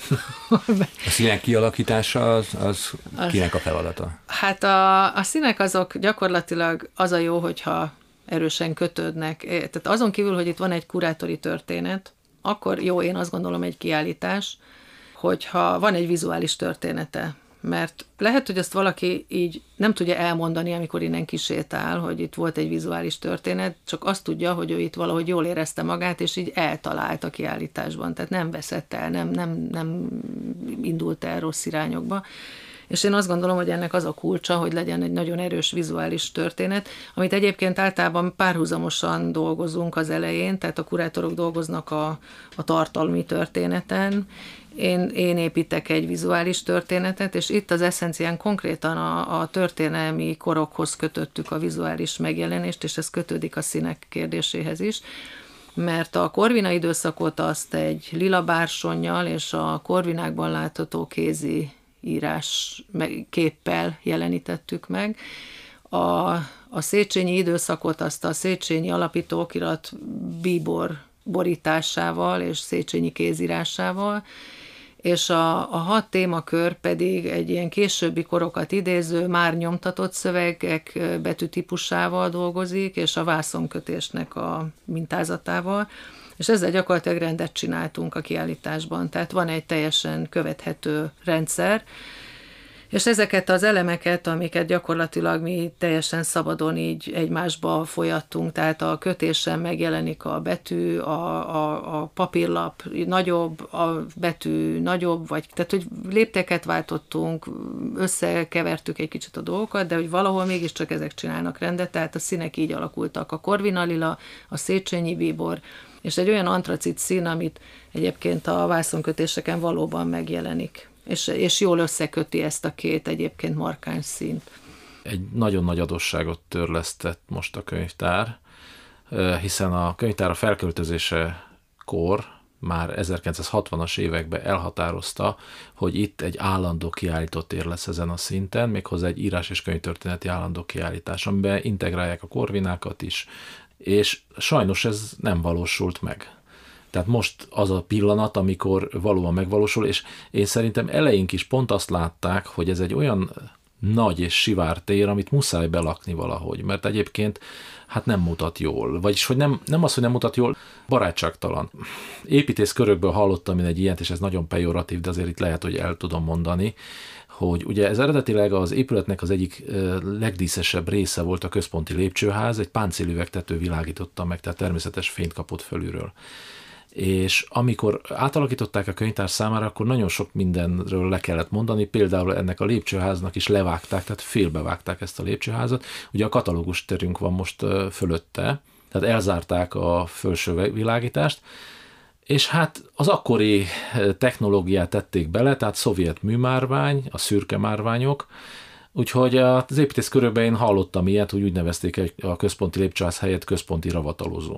A színek kialakítása az, az kinek a feladata? Hát a, a színek azok gyakorlatilag az a jó, hogyha erősen kötődnek. Tehát azon kívül, hogy itt van egy kurátori történet, akkor jó, én azt gondolom, egy kiállítás, hogyha van egy vizuális története. Mert lehet, hogy azt valaki így nem tudja elmondani, amikor innen kisétál, hogy itt volt egy vizuális történet, csak azt tudja, hogy ő itt valahogy jól érezte magát, és így eltalált a kiállításban. Tehát nem veszett el, nem, nem, nem indult el rossz irányokba. És én azt gondolom, hogy ennek az a kulcsa, hogy legyen egy nagyon erős vizuális történet, amit egyébként általában párhuzamosan dolgozunk az elején, tehát a kurátorok dolgoznak a, a tartalmi történeten, én, én építek egy vizuális történetet, és itt az Essencián konkrétan a, a történelmi korokhoz kötöttük a vizuális megjelenést, és ez kötődik a színek kérdéséhez is, mert a Corvina időszakot azt egy lila bársonnyal és a Corvinákban látható kézi írás képpel jelenítettük meg. A, a Széchenyi időszakot azt a Széchenyi alapító okirat bíbor borításával és Széchenyi kézírásával, és a, a hat témakör pedig egy ilyen későbbi korokat idéző, már nyomtatott szövegek betűtípusával dolgozik, és a vászonkötésnek a mintázatával, és ezzel gyakorlatilag rendet csináltunk a kiállításban. Tehát van egy teljesen követhető rendszer, és ezeket az elemeket, amiket gyakorlatilag mi teljesen szabadon így egymásba folyattunk, tehát a kötésen megjelenik a betű, a, a, a papírlap nagyobb, a betű nagyobb, vagy tehát, hogy lépteket váltottunk, összekevertük egy kicsit a dolgokat, de hogy valahol mégiscsak ezek csinálnak rendet, tehát a színek így alakultak. A Corvina lila, a Széchenyi bíbor, és egy olyan antracit szín, amit egyébként a vászonkötéseken valóban megjelenik. És, és jól összeköti ezt a két egyébként markáns színt. Egy nagyon nagy adósságot törlesztett most a könyvtár, hiszen a könyvtár a felköltözésekor már ezerkilencszázhatvanas években elhatározta, hogy itt egy állandó kiállító tér lesz ezen a szinten, méghozzá egy írás- és könyvtörténeti állandó kiállítás, amiben integrálják a Corvinákat is, és sajnos ez nem valósult meg. Tehát most az a pillanat, amikor valóban megvalósul, és én szerintem eleink is pont azt látták, hogy ez egy olyan nagy és sivár tér, amit muszáj belakni valahogy, mert egyébként hát nem mutat jól. Vagyis, hogy nem, nem az, hogy nem mutat jól, barátságtalan. Építész körökből hallottam én egy ilyet, és ez nagyon pejoratív, de azért itt lehet, hogy el tudom mondani, hogy ugye ez eredetileg az épületnek az egyik legdíszesebb része volt a központi lépcsőház, egy páncélüvegtető világította meg, tehát természetes fényt kapott fölülről. És amikor átalakították a könyvtár számára, akkor nagyon sok mindenről le kellett mondani, például ennek a lépcsőháznak is levágták, tehát félbevágták ezt a lépcsőházat. Ugye a katalógus terünk van most fölötte, tehát elzárták a felső világítást, és hát az akkori technológiát tették bele, tehát szovjet műmárvány, a szürke márványok, úgyhogy az építész körökben én hallottam ilyet, hogy úgy nevezték a központi lépcsőház helyett központi ravatalozó.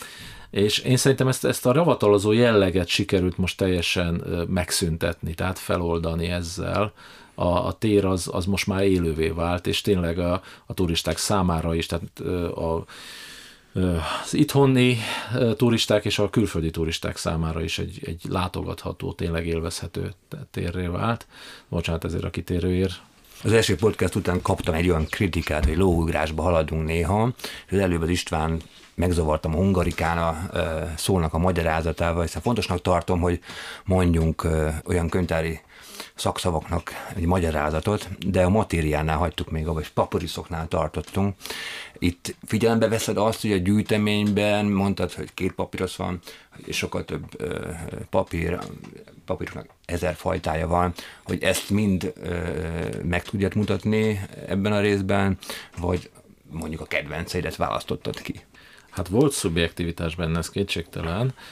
És én szerintem ezt, ezt a ravatalozó jelleget sikerült most teljesen megszüntetni, tehát feloldani ezzel. A, a tér az, az most már élővé vált, és tényleg a, a turisták számára is, tehát a, az itthoni turisták és a külföldi turisták számára is egy, egy látogatható, tényleg élvezhető térré vált. Bocsánat ezért a kitérőért. Az első podcast után kaptam egy olyan kritikát, hogy lóugrásba haladunk néha, és az előbb az István megzavartam a hungarikán a szónak a magyarázatával, hiszen fontosnak tartom, hogy mondjunk olyan könyvtári szakszavaknak egy magyarázatot, de a matériánál hagytuk még, vagy papiriszoknál tartottunk. Itt figyelembe veszed azt, hogy a gyűjteményben mondtad, hogy két papírosz van, és sokkal több papír, papíroknak ezer fajtája van, hogy ezt mind meg tudjad mutatni ebben a részben, vagy mondjuk a kedvenceidet választottad ki? Hát volt szubjektivitás benne, ez kétségtelen.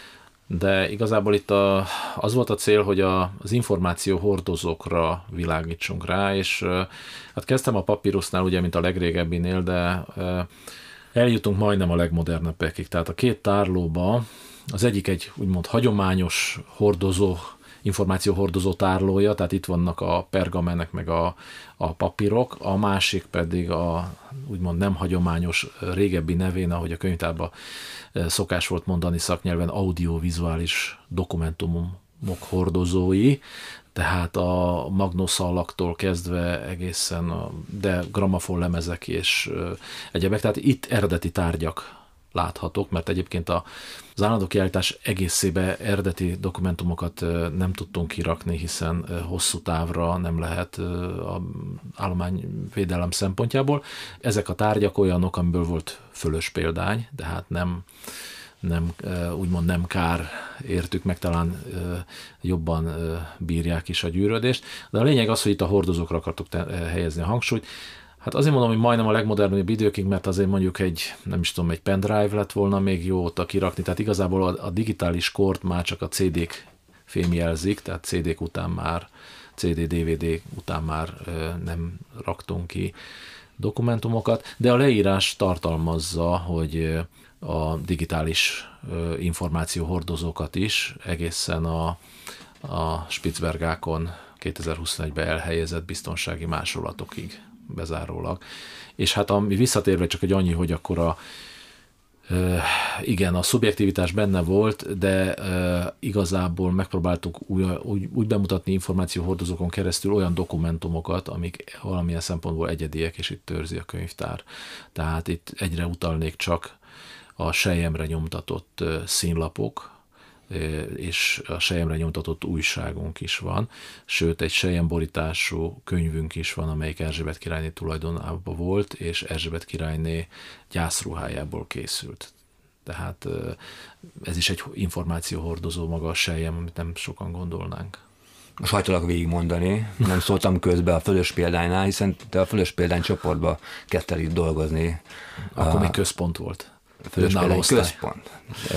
de igazából itt a, az volt a cél, hogy a, az információ hordozókra világítsunk rá, és hát kezdtem a papírusznál, ugye, mint a legrégebbinél, de eljutunk majdnem a legmodernebbekig. Tehát a két tárlóba az egyik egy úgymond hagyományos hordozó, információhordozó tárlója, tehát itt vannak a pergamenek meg a, a papírok, a másik pedig a úgymond nem hagyományos régebbi nevén, ahogy a könyvtárban szokás volt mondani szaknyelven, audiovizuális dokumentumok hordozói, tehát a magnoszalaktól kezdve egészen, a, de gramafon lemezek és egyebek, tehát itt eredeti tárgyak láthatók, mert egyébként az állandó kiállítás egészébe eredeti dokumentumokat nem tudtunk kirakni, hiszen hosszú távra nem lehet az állományvédelem szempontjából. Ezek a tárgyak olyanok, amiből volt fölös példány, de hát nem, nem úgymond nem kár értük meg, talán jobban bírják is a gyűrödést. De a lényeg az, hogy itt a hordozókra akartuk helyezni a hangsúlyt. Hát azért mondom, hogy majdnem a legmodernebb időkig, mert azért mondjuk egy, nem is tudom, egy pendrive lett volna még jó ott a kirakni, tehát igazából a, a digitális kort már csak a cé dék fémjelzik, tehát cé dék után már, cé dé, dé vé dé után már nem raktunk ki dokumentumokat, de a leírás tartalmazza, hogy a digitális információhordozókat is egészen a, a Spitzbergákon kétezer-huszonegyben elhelyezett biztonsági másolatokig bezárólag. És hát ami visszatérve csak egy annyi, hogy akkor a e, igen, a szubjektivitás benne volt, de e, igazából megpróbáltuk új, úgy, úgy bemutatni információhordozókon keresztül olyan dokumentumokat, amik valamilyen szempontból egyediek, és itt őrzi a könyvtár. Tehát itt egyre utalnék csak a selyemre nyomtatott színlapok, és a selyemre nyomtatott újságunk is van, sőt egy selyemborítású könyvünk is van, amelyik Erzsébet királyné tulajdonában volt, és Erzsébet királyné gyászruhájából készült. Tehát ez is egy információhordozó maga a selyem, amit nem sokan gondolnánk. Most hajtalak végigmondani, nem szóltam közbe a Fölös példánynál, hiszen te a Fölös példány csoportba kezdtél itt dolgozni. Akkor a... még központ volt. Fölös példány központ.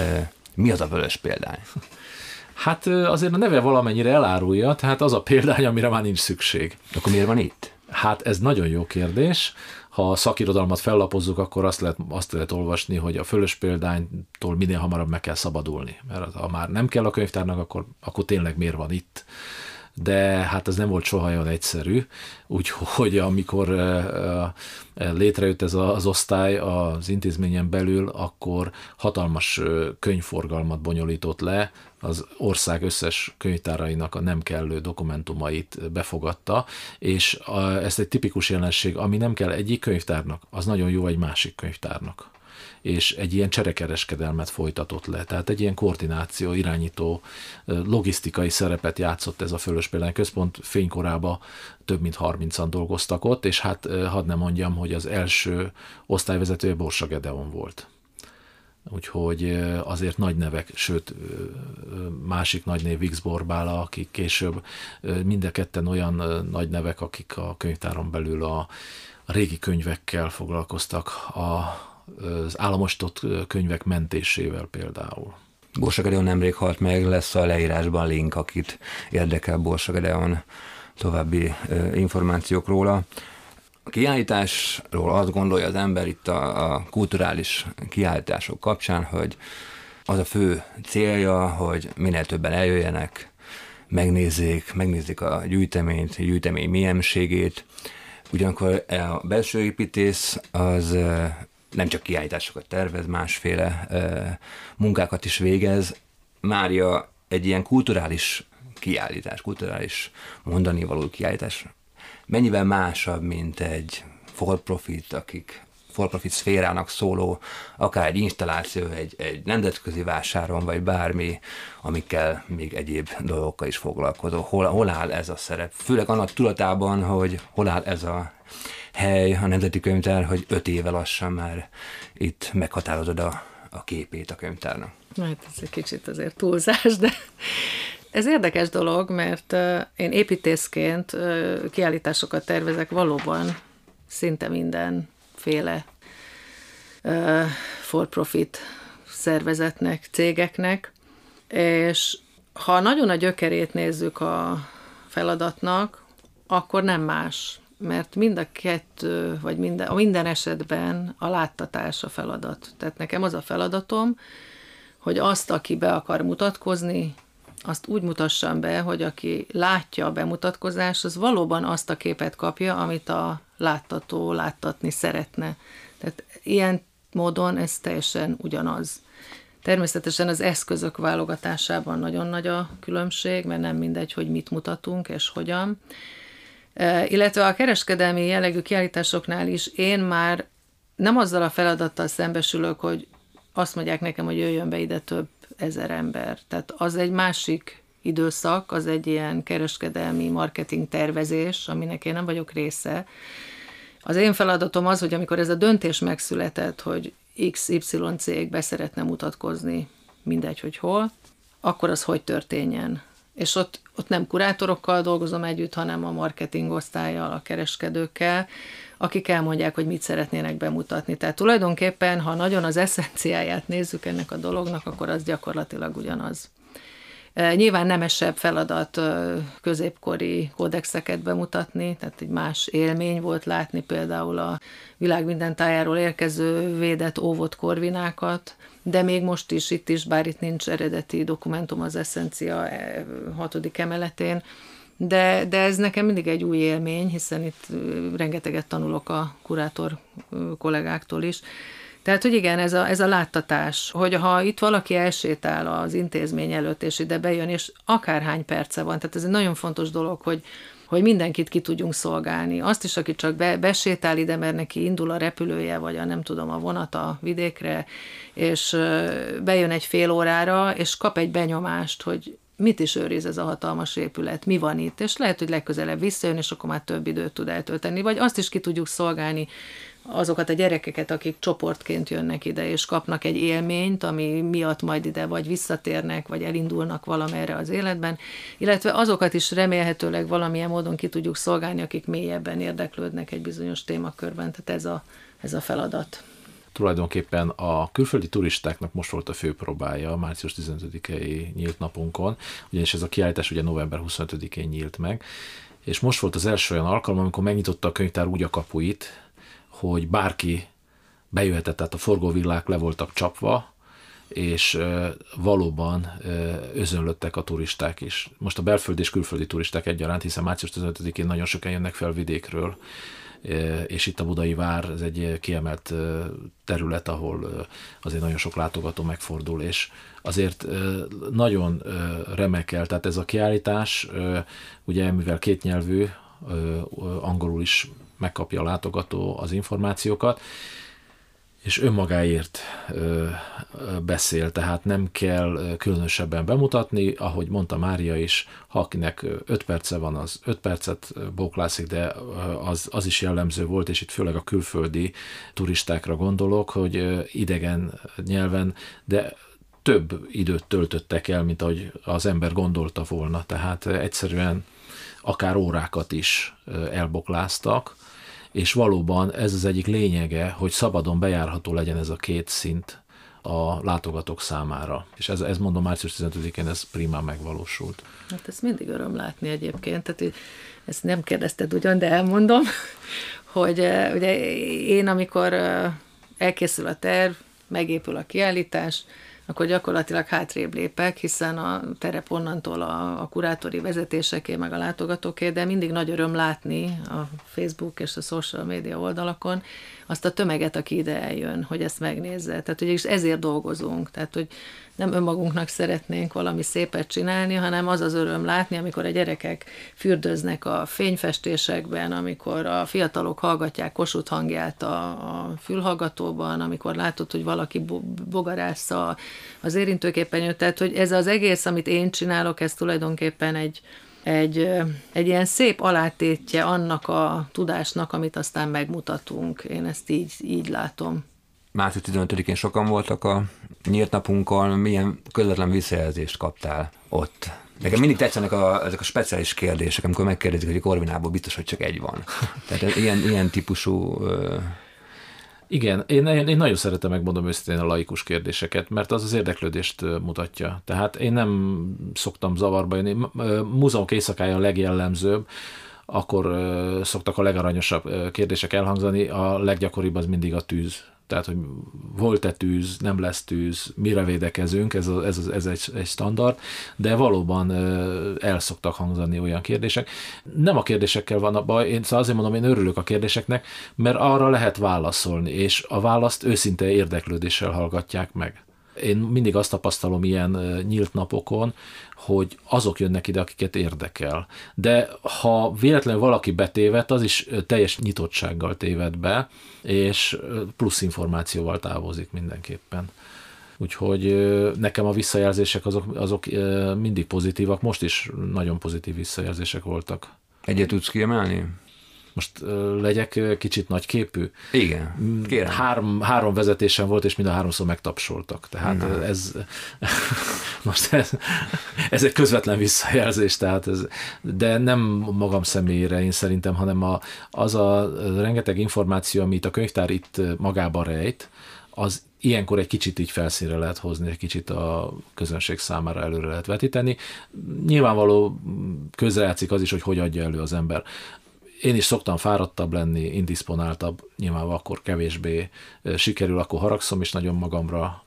Mi az a Fölös példány? Hát azért a neve valamennyire elárulja, tehát az a példány, amire már nincs szükség. Akkor miért van itt? Hát ez nagyon jó kérdés. Ha a szakirodalmat fellapozzuk, akkor azt lehet, azt lehet olvasni, hogy a Fölös példánytól minél hamarabb meg kell szabadulni. Mert ha már nem kell a könyvtárnak, akkor, akkor tényleg miért van itt? De hát ez nem volt soha olyan egyszerű, úgyhogy amikor létrejött ez az osztály az intézményen belül, akkor hatalmas könyvforgalmat bonyolított le, az ország összes könyvtárainak a nem kellő dokumentumait befogadta, és ez egy tipikus jelenség, ami nem kell egyik könyvtárnak, az nagyon jó egy másik könyvtárnak. És egy ilyen cserekereskedelmet folytatott le. Tehát egy ilyen koordináció, irányító, logisztikai szerepet játszott ez a Fölös példány központ. Fénykorában több mint harmincan dolgoztak ott, és hát hadd ne mondjam, hogy az első osztályvezetője Borsa Gedeon volt. Úgyhogy azért nagy nevek, sőt másik nagy név Vix Borbála, akik később mind a ketten olyan nagy nevek, akik a könyvtáron belül a, a régi könyvekkel foglalkoztak, a az államosított könyvek mentésével például. Borsa Gedeon nemrég halt meg, lesz a leírásban link, akit érdekel Borsa Gedeon további információk róla. A kiállításról azt gondolja az ember itt a, a kulturális kiállítások kapcsán, hogy az a fő célja, hogy minél többen eljöjjenek, megnézzék, megnézzék a gyűjteményt, a gyűjtemény mienségét. Ugyanakkor a belső építész az nem csak kiállításokat tervez, másféle e, munkákat is végez. Mária egy ilyen kulturális kiállítás, kulturális mondani való kiállítás mennyivel másabb, mint egy for-profit, akik for-profit szférának szóló, akár egy installáció, egy, egy nemzetközi vásáron, vagy bármi, amikkel még egyéb dolgokkal is foglalkozó. Hol, hol áll ez a szerep? Főleg annak tudatában, hogy hol áll ez a hely, a Nemzeti Könyvtár, hogy öt éve lassan már itt meghatározod a, a képét a könyvtárnak. Hát ez egy kicsit azért túlzás, de ez érdekes dolog, mert én építészként kiállításokat tervezek valóban szinte mindenféle for-profit szervezetnek, cégeknek, És ha nagyon a gyökerét nézzük a feladatnak, akkor nem más, mert mind a kettő, vagy minden, a minden esetben a láttatás a feladat. Tehát nekem az a feladatom, hogy azt, aki be akar mutatkozni, azt úgy mutassam be, hogy aki látja a bemutatkozást, az valóban azt a képet kapja, amit a láttató láttatni szeretne. Tehát ilyen módon ez teljesen ugyanaz. Természetesen az eszközök válogatásában nagyon nagy a különbség, mert nem mindegy, hogy mit mutatunk és hogyan. E, illetve a kereskedelmi jellegű kiállításoknál is én már nem azzal a feladattal szembesülök, hogy azt mondják nekem, hogy jöjjön be ide több ezer ember. Tehát az egy másik időszak, az egy ilyen kereskedelmi marketing tervezés, aminek én nem vagyok része. Az én feladatom az, hogy amikor ez a döntés megszületett, hogy iksz ipszilon cég be szeretne mutatkozni, mindegy, hogy hol, akkor az hogy történjen. És ott, ott nem kurátorokkal dolgozom együtt, hanem a marketing osztállyal, a kereskedőkkel, akik elmondják, hogy mit szeretnének bemutatni. Tehát tulajdonképpen, ha nagyon az eszenciáját nézzük ennek a dolognak, akkor az gyakorlatilag ugyanaz. Nyilván nemesebb feladat középkori kódexeket bemutatni, tehát egy más élmény volt látni például a világ minden tájáról érkező védett, óvott korvinákat, de még most is, itt is, bár itt nincs eredeti dokumentum az eszencia hatodik emeletén, de, de ez nekem mindig egy új élmény, hiszen itt rengeteget tanulok a kurátor kollégáktól is. Tehát, hogy igen, ez a, ez a láttatás, hogy ha itt valaki elsétál az intézmény előtt, és ide bejön, és akárhány perce van, tehát ez egy nagyon fontos dolog, hogy, hogy mindenkit ki tudjunk szolgálni. Azt is, aki csak be, besétál ide, mert neki indul a repülője, vagy a nem tudom, a vonat a vidékre, és bejön egy fél órára, és kap egy benyomást, hogy mit is őriz ez a hatalmas épület, mi van itt, és lehet, hogy legközelebb visszajön, és akkor már több időt tud eltölteni, vagy azt is ki tudjuk szolgálni, azokat a gyerekeket, akik csoportként jönnek ide, és kapnak egy élményt, ami miatt majd ide vagy visszatérnek, vagy elindulnak valamerre az életben, illetve azokat is remélhetőleg valamilyen módon ki tudjuk szolgálni, akik mélyebben érdeklődnek egy bizonyos témakörben, tehát ez a, ez a feladat. Tulajdonképpen a külföldi turistáknak most volt a főpróbája a március tizenötödikei nyílt napunkon, ugyanis ez a kiállítás ugye november huszonötödikén nyílt meg, és most volt az első olyan alkalom, amikor megnyitotta a könyvtár úgy a kapuit, hogy bárki bejöhetett, tehát a forgóvillák le voltak csapva, és valóban özönlöttek a turisták is. Most a belföldi és külföldi turisták egyaránt, hiszen március tizenötödikén nagyon sokan jönnek fel vidékről, és itt a Budai Vár, ez egy kiemelt terület, ahol azért nagyon sok látogató megfordul, és azért nagyon remekel, tehát ez a kiállítás, ugye mivel kétnyelvű, angolul is megkapja a látogató az információkat, és önmagáért ö, beszél, tehát nem kell különösebben bemutatni, ahogy mondta Mária is, ha akinek öt perce van, az öt percet bóklászik, de az, az is jellemző volt, és itt főleg a külföldi turistákra gondolok, hogy idegen nyelven, de több időt töltöttek el, mint ahogy az ember gondolta volna, tehát egyszerűen akár órákat is elbokláztak, és valóban ez az egyik lényege, hogy szabadon bejárható legyen ez a két szint a látogatók számára. És ez, ez mondom, március tizenötödikén ez primán megvalósult. Hát ezt mindig öröm látni egyébként, tehát ezt nem kérdezted ugyan, de elmondom, hogy ugye én, amikor elkészül a terv, megépül a kiállítás, akkor gyakorlatilag hátrébb lépek, hiszen a terep onnantól a, a kurátori vezetéseké, meg a látogatóké, de mindig nagy öröm látni a Facebook és a social media oldalakon azt a tömeget, aki ide eljön, hogy ezt megnézze. Tehát ugye is ezért dolgozunk, tehát hogy nem önmagunknak szeretnénk valami szépet csinálni, hanem az az öröm látni, amikor a gyerekek fürdöznek a fényfestésekben, amikor a fiatalok hallgatják Kossuth hangját a, a fülhallgatóban, amikor látod, hogy valaki bogarásza az érintőképernyőt, tehát hogy ez az egész, amit én csinálok, ez tulajdonképpen egy Egy, egy ilyen szép alátétje annak a tudásnak, amit aztán megmutatunk. Én ezt így, így látom. március tizenötödikén sokan voltak a nyílt napunkon, milyen közvetlen visszajelzést kaptál ott? Nekem mindig tetszenek a, ezek a speciális kérdések, amikor megkérdezik, hogy a Corvinából biztos, hogy csak egy van. Tehát ilyen, ilyen típusú ö, Igen, én, én nagyon szeretem, megmondom őszintén, a laikus kérdéseket, mert az az érdeklődést mutatja. Tehát én nem szoktam zavarba jönni. Múzeumok éjszakája a legjellemzőbb, akkor szoktak a legaranyosabb kérdések elhangzani, a leggyakoribb az mindig a tűz. Tehát, hogy volt-e tűz, nem lesz tűz, mire védekezünk, ez, a, ez, a, ez egy, egy standard, de valóban el szoktak hangzani olyan kérdések. Nem a kérdésekkel van a baj, én szóval azért mondom, én örülök a kérdéseknek, mert arra lehet válaszolni, és a választ őszinte érdeklődéssel hallgatják meg. Én mindig azt tapasztalom ilyen nyílt napokon, hogy azok jönnek ide, akiket érdekel. De ha véletlenül valaki betévedt, az is teljes nyitottsággal téved be, és plusz információval távozik mindenképpen. Úgyhogy nekem a visszajelzések azok, azok mindig pozitívak, most is nagyon pozitív visszajelzések voltak. Egyet tudsz kiemelni? Most uh, legyek kicsit nagyképű. Igen, kérem. Három, három vezetésem volt, és mind a háromszor megtapsoltak. Tehát Na. ez most ez, ez egy közvetlen visszajelzés, tehát ez, de nem magam személyére én szerintem, hanem a, az a rengeteg információ, amit a könyvtár itt magában rejt, az ilyenkor egy kicsit így felszínre lehet hozni, egy kicsit a közönség számára előre lehet vetíteni. Nyilvánvaló közrejátszik az is, hogy hogy adja elő az ember. Én is szoktam fáradtabb lenni, indisponáltabb, nyilván akkor kevésbé sikerül, akkor haragszom is nagyon magamra.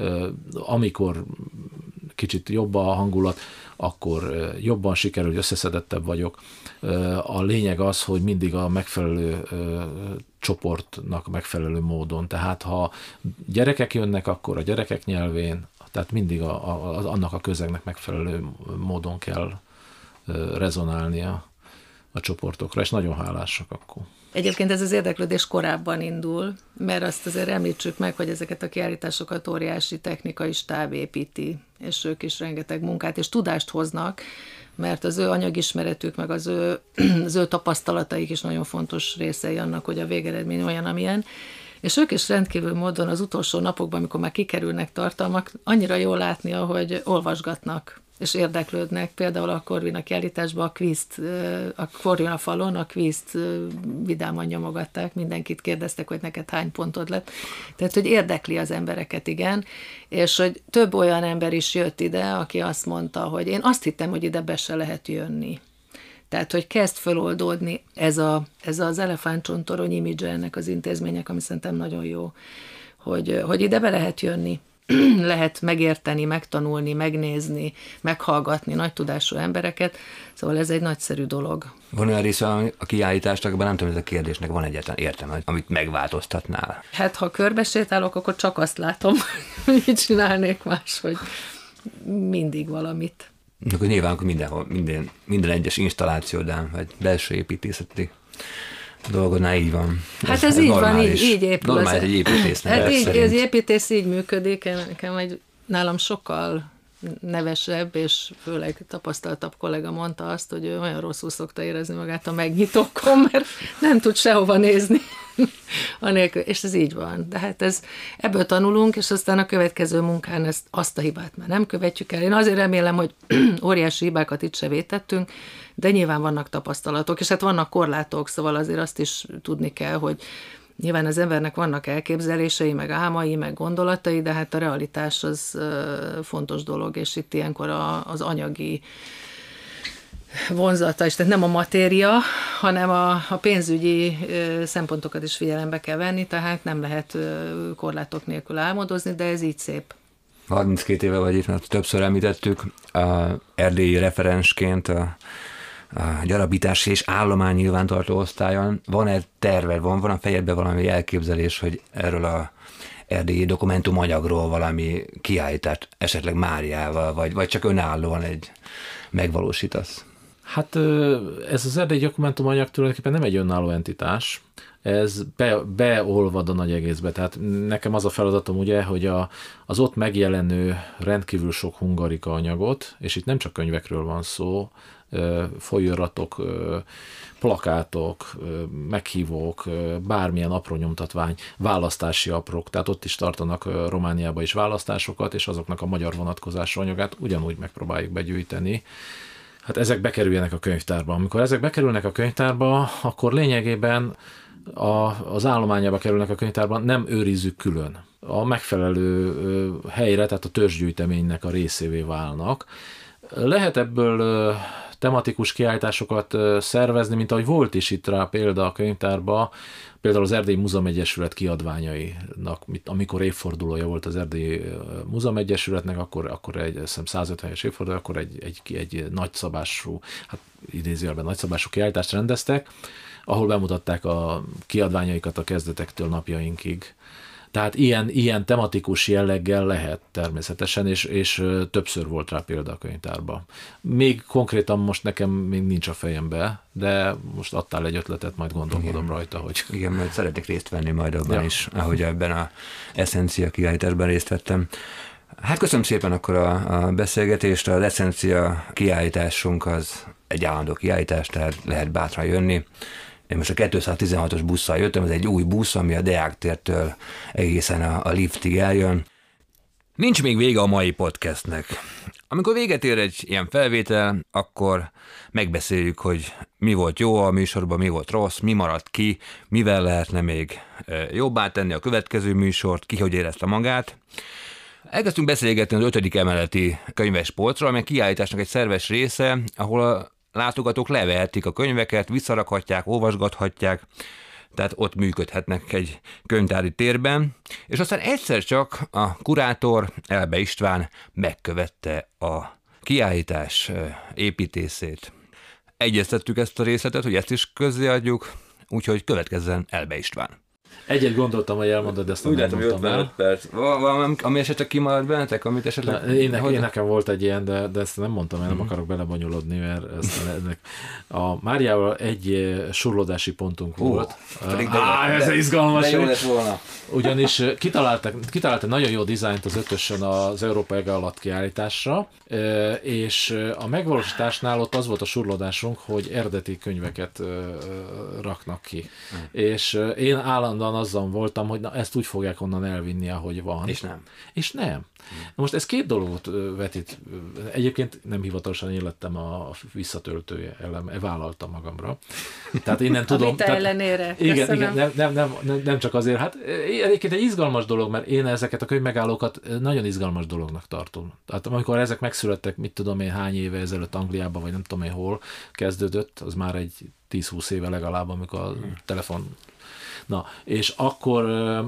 Amikor kicsit jobb a hangulat, akkor jobban sikerül, összeszedettebb vagyok. A lényeg az, hogy mindig a megfelelő csoportnak megfelelő módon. Tehát ha gyerekek jönnek, akkor a gyerekek nyelvén, tehát mindig a, a, annak a közegnek megfelelő módon kell rezonálnia a csoportokra, és nagyon hálásak akkor. Egyébként ez az érdeklődés korábban indul, mert azt azért említsük meg, hogy ezeket a kiállításokat óriási technikai stáb építi, és ők is rengeteg munkát és tudást hoznak, mert az ő anyagismeretük, meg az ő, az ő tapasztalataik is nagyon fontos részei annak, hogy a végeredmény olyan, amilyen. És ők is rendkívül módon az utolsó napokban, amikor már kikerülnek tartalmak, annyira jól látni, ahogy olvasgatnak és érdeklődnek. Például a Corvina kiállításban a kvízt, a Corvina falon a kvízt vidáman nyomogatták, mindenkit kérdeztek, hogy neked hány pontod lett. Tehát, hogy érdekli az embereket, igen, és hogy több olyan ember is jött ide, aki azt mondta, hogy én azt hittem, hogy ide be se lehet jönni. Tehát, hogy kezd föloldódni ez, a, ez az elefántcsontorony image ennek az intézmények, ami szerintem nagyon jó, hogy, hogy ide be lehet jönni. Lehet megérteni, megtanulni, megnézni, meghallgatni nagy tudású embereket, szóval ez egy nagyszerű dolog. Van olyan része a kiállításnak, abban nem tudom, hogy ez a kérdésnek van egyáltalán értelme, amit megváltoztatnál? Hát, ha körbesétálok, akkor csak azt látom, hogy mit csinálnék más, hogy mindig valamit. Akkor nyilván akkor mindenhol, minden, minden egyes installációdán, vagy belső építészeti dolgodnál így van. Hát ez, ez így van, így, így épül. Normális egy építésznek. Hát így, az építész így működik, nekem egy nálam sokkal nevesebb, és főleg tapasztaltabb kollega mondta azt, hogy ő olyan rosszul szokta érezni magát a megnyitókon, mert nem tud sehova nézni. Anélkül, és ez így van. De hát ez, ebből tanulunk, és aztán a következő munkán ezt, azt a hibát már nem követjük el. Én azért remélem, hogy óriási hibákat itt se vétettünk, de nyilván vannak tapasztalatok, és hát vannak korlátok, szóval azért azt is tudni kell, hogy nyilván az embernek vannak elképzelései, meg álmai, meg gondolatai, de hát a realitás az fontos dolog, és itt ilyenkor a, az anyagi vonzata is, tehát nem a matéria, hanem a, a pénzügyi szempontokat is figyelembe kell venni, tehát nem lehet korlátok nélkül álmodozni, de ez így szép. harminckét éve vagy itt, mert többször említettük, a erdélyi referensként a a gyarapítási és állomány nyilvántartó osztályon. Van-e terved, van, van a fejedben valami elképzelés, hogy erről a erdélyi dokumentumanyagról valami kiállítást esetleg Máriával, vagy, vagy csak önállóan egy megvalósítasz? Hát ez az erdélyi dokumentumanyag tulajdonképpen nem egy önálló entitás, ez be, beolvad a nagy egészbe. Tehát nekem az a feladatom ugye, hogy a, az ott megjelenő rendkívül sok hungarika anyagot, és itt nem csak könyvekről van szó, folyóiratok, plakátok, meghívók, bármilyen apró nyomtatvány, választási aprók, tehát ott is tartanak Romániába is választásokat, és azoknak a magyar vonatkozású anyagát ugyanúgy megpróbáljuk begyűjteni. Hát ezek bekerüljenek a könyvtárba. Amikor ezek bekerülnek a könyvtárba, akkor lényegében a, az állományába kerülnek a könyvtárban, nem őrizzük külön. A megfelelő helyre, tehát a törzsgyűjteménynek a részévé válnak. Lehet ebből tematikus kiállításokat szervezni, mint ahogy volt is itt rá példa a könyvtárban, például az Erdélyi Múzeumegyesület kiadványainak, amikor évfordulója volt az Erdélyi Múzeumegyesületnek, akkor, akkor egy száz ötvenes évforduló, akkor egy, egy, egy nagyszabású, hát idézőjelben nagyszabású kiállítást rendeztek, ahol bemutatták a kiadványaikat a kezdetektől napjainkig. Tehát ilyen, ilyen tematikus jelleggel lehet természetesen, és, és többször volt rá példa a könyvtárban. Még konkrétan most nekem még nincs a fejembe, de most adtál egy ötletet, majd gondolkodom Igen. rajta, hogy... Igen, majd szeretnék részt venni majd abban ja. is, ahogy ebben a Essencia kiállításban részt vettem. Hát köszönöm szépen akkor a, a beszélgetést, az Essencia kiállításunk az egy állandó kiállítás, tehát lehet bátran jönni. Én most a kétszáztizenhatos busszal jöttem, ez egy új busz, ami a Deák tértől egészen a, a liftig eljön. Nincs még vége a mai podcastnek. Amikor véget ér egy ilyen felvétel, akkor megbeszéljük, hogy mi volt jó a műsorban, mi volt rossz, mi maradt ki, mivel lehetne még jobbá tenni a következő műsort, ki hogy érezte magát. Elkezdtünk beszélgetni az ötödik emeleti könyvespolcról, amely kiállításnak egy szerves része, ahol a látogatók levehetik a könyveket, visszarakhatják, olvasgathatják, tehát ott működhetnek egy könyvtári térben, és aztán egyszer csak a kurátor Elbe István megkövette a kiállítás építészét. Egyeztettük ezt a részletet, hogy ezt is közreadjuk, úgyhogy következzen Elbe István. Egyet gondoltam, hogy elmondod, de ezt nem mondtam el. Perc. Valami, ami esetleg kimaradt bennetek, amit esetleg... Én, ne, én nekem volt egy ilyen, de, de ezt nem mondtam el, nem uh-huh. akarok belebonyolodni, mert ezt, ennek, a Máriával egy surlódási pontunk uh, volt. Uh, Á, ez de, izgalmas. De jó lett volna. Ugyanis kitaláltak, kitaláltak nagyon jó dizájnt az ötösön az Európa Ege alatt kiállításra, és a megvalósításnál ott az volt a surlódásunk, hogy eredeti könyveket raknak ki. Uh-huh. És én állandóan azzal voltam, hogy na, ezt úgy fogják onnan elvinni, ahogy van. És nem. És nem. Na most ez két dolgot vetít. Egyébként nem hivatalosan én lettem a visszatöltője ellen, vállaltam magamra. Tehát én nem tudom. A vita ellenére. Igen, igen nem, nem, nem, nem, nem csak azért. Hát egyébként egy izgalmas dolog, mert én ezeket a könyvmegállókat nagyon izgalmas dolognak tartom. Tehát amikor ezek megszülettek, mit tudom én hány éve ezelőtt Angliában, vagy nem tudom én hol kezdődött, az már egy tíz-húsz éve legalább, amikor a hmm. telefon. Na, és akkor,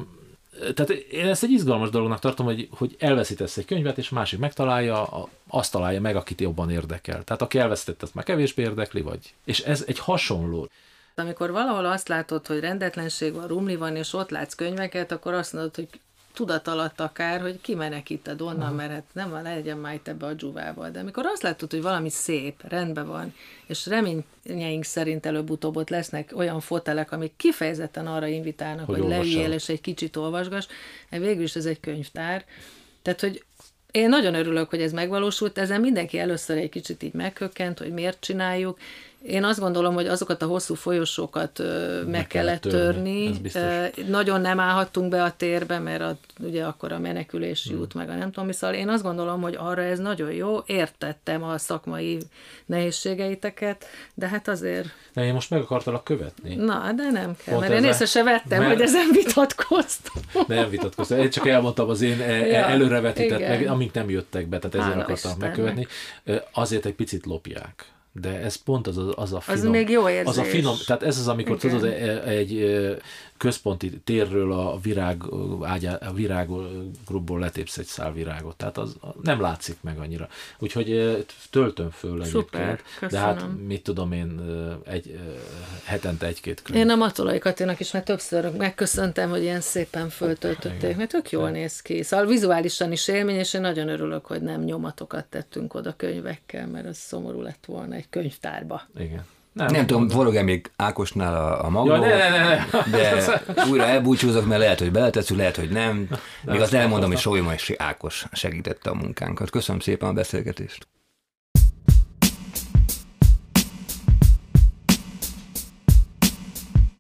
tehát én ezt egy izgalmas dolognak tartom, hogy, hogy elveszítesz egy könyvet, és másik megtalálja, azt találja meg, akit jobban érdekel. Tehát aki elveszített, azt már kevésbé érdekli, vagy. És ez egy hasonló. Amikor valahol azt látod, hogy rendetlenség van, rumli van, és ott látsz könyveket, akkor azt mondod, hogy tudat alatt akár, hogy kimenekíted onnan, uh-huh. mert hát nem legyen már itt ebbe a dzsúvába. De amikor azt látod, hogy valami szép, rendben van, és reményeink szerint előbb-utóbb ott lesznek olyan fotelek, amik kifejezetten arra invitálnak, hogy, hogy leüljél és egy kicsit olvasgass, végül is ez egy könyvtár. Tehát, hogy én nagyon örülök, hogy ez megvalósult, ezen mindenki először egy kicsit így meghökkent, hogy miért csináljuk. Én azt gondolom, hogy azokat a hosszú folyosókat meg, meg kellett törni. törni. Nagyon nem állhattunk be a térbe, mert a, ugye akkor a menekülési hmm. út, meg a nem tudom mi, szóval én azt gondolom, hogy arra ez nagyon jó. Értettem a szakmai nehézségeiteket, de hát azért... De én most meg akartalak követni. Na, de nem kell, Pont mert én észre se vettem, mert... hogy ezen vitatkoztam. Nem vitatkoztam. Én csak elmondtam az én ja, előrevetített, meg, amik nem jöttek be, tehát ezért Hála akartam Istennek. megkövetni. Azért egy picit lopják. De ez pont az a, az a finom. Az még jó érzés. Az a finom, tehát ez az, amikor Igen. tudod, egy központi térről a virág, ágyá, a virággrubból letépsz egy szál virágot. Tehát az nem látszik meg annyira. Úgyhogy töltöm föl egyébként. De hát mit tudom én, egy, hetente egy-két könyv. Én a Matolai Katinak is már többször megköszöntem, hogy ilyen szépen föltöltötték, mert tök jól néz ki. Szóval vizuálisan is élmény, és én nagyon örülök, hogy nem nyomatokat tettünk oda könyvekkel, mert az szomorú lett volna egy könyvtárba. Igen. Nem, nem tudom, forog-e még Ákosnál a, a maga, ja, ne, ne, ne, ne. de újra elbúcsúzok, mert lehet, hogy beletesszük, lehet, hogy nem. Még azt elmondom, hogy Sólyomai Ákos segítette a munkánkat. Köszönöm szépen a beszélgetést.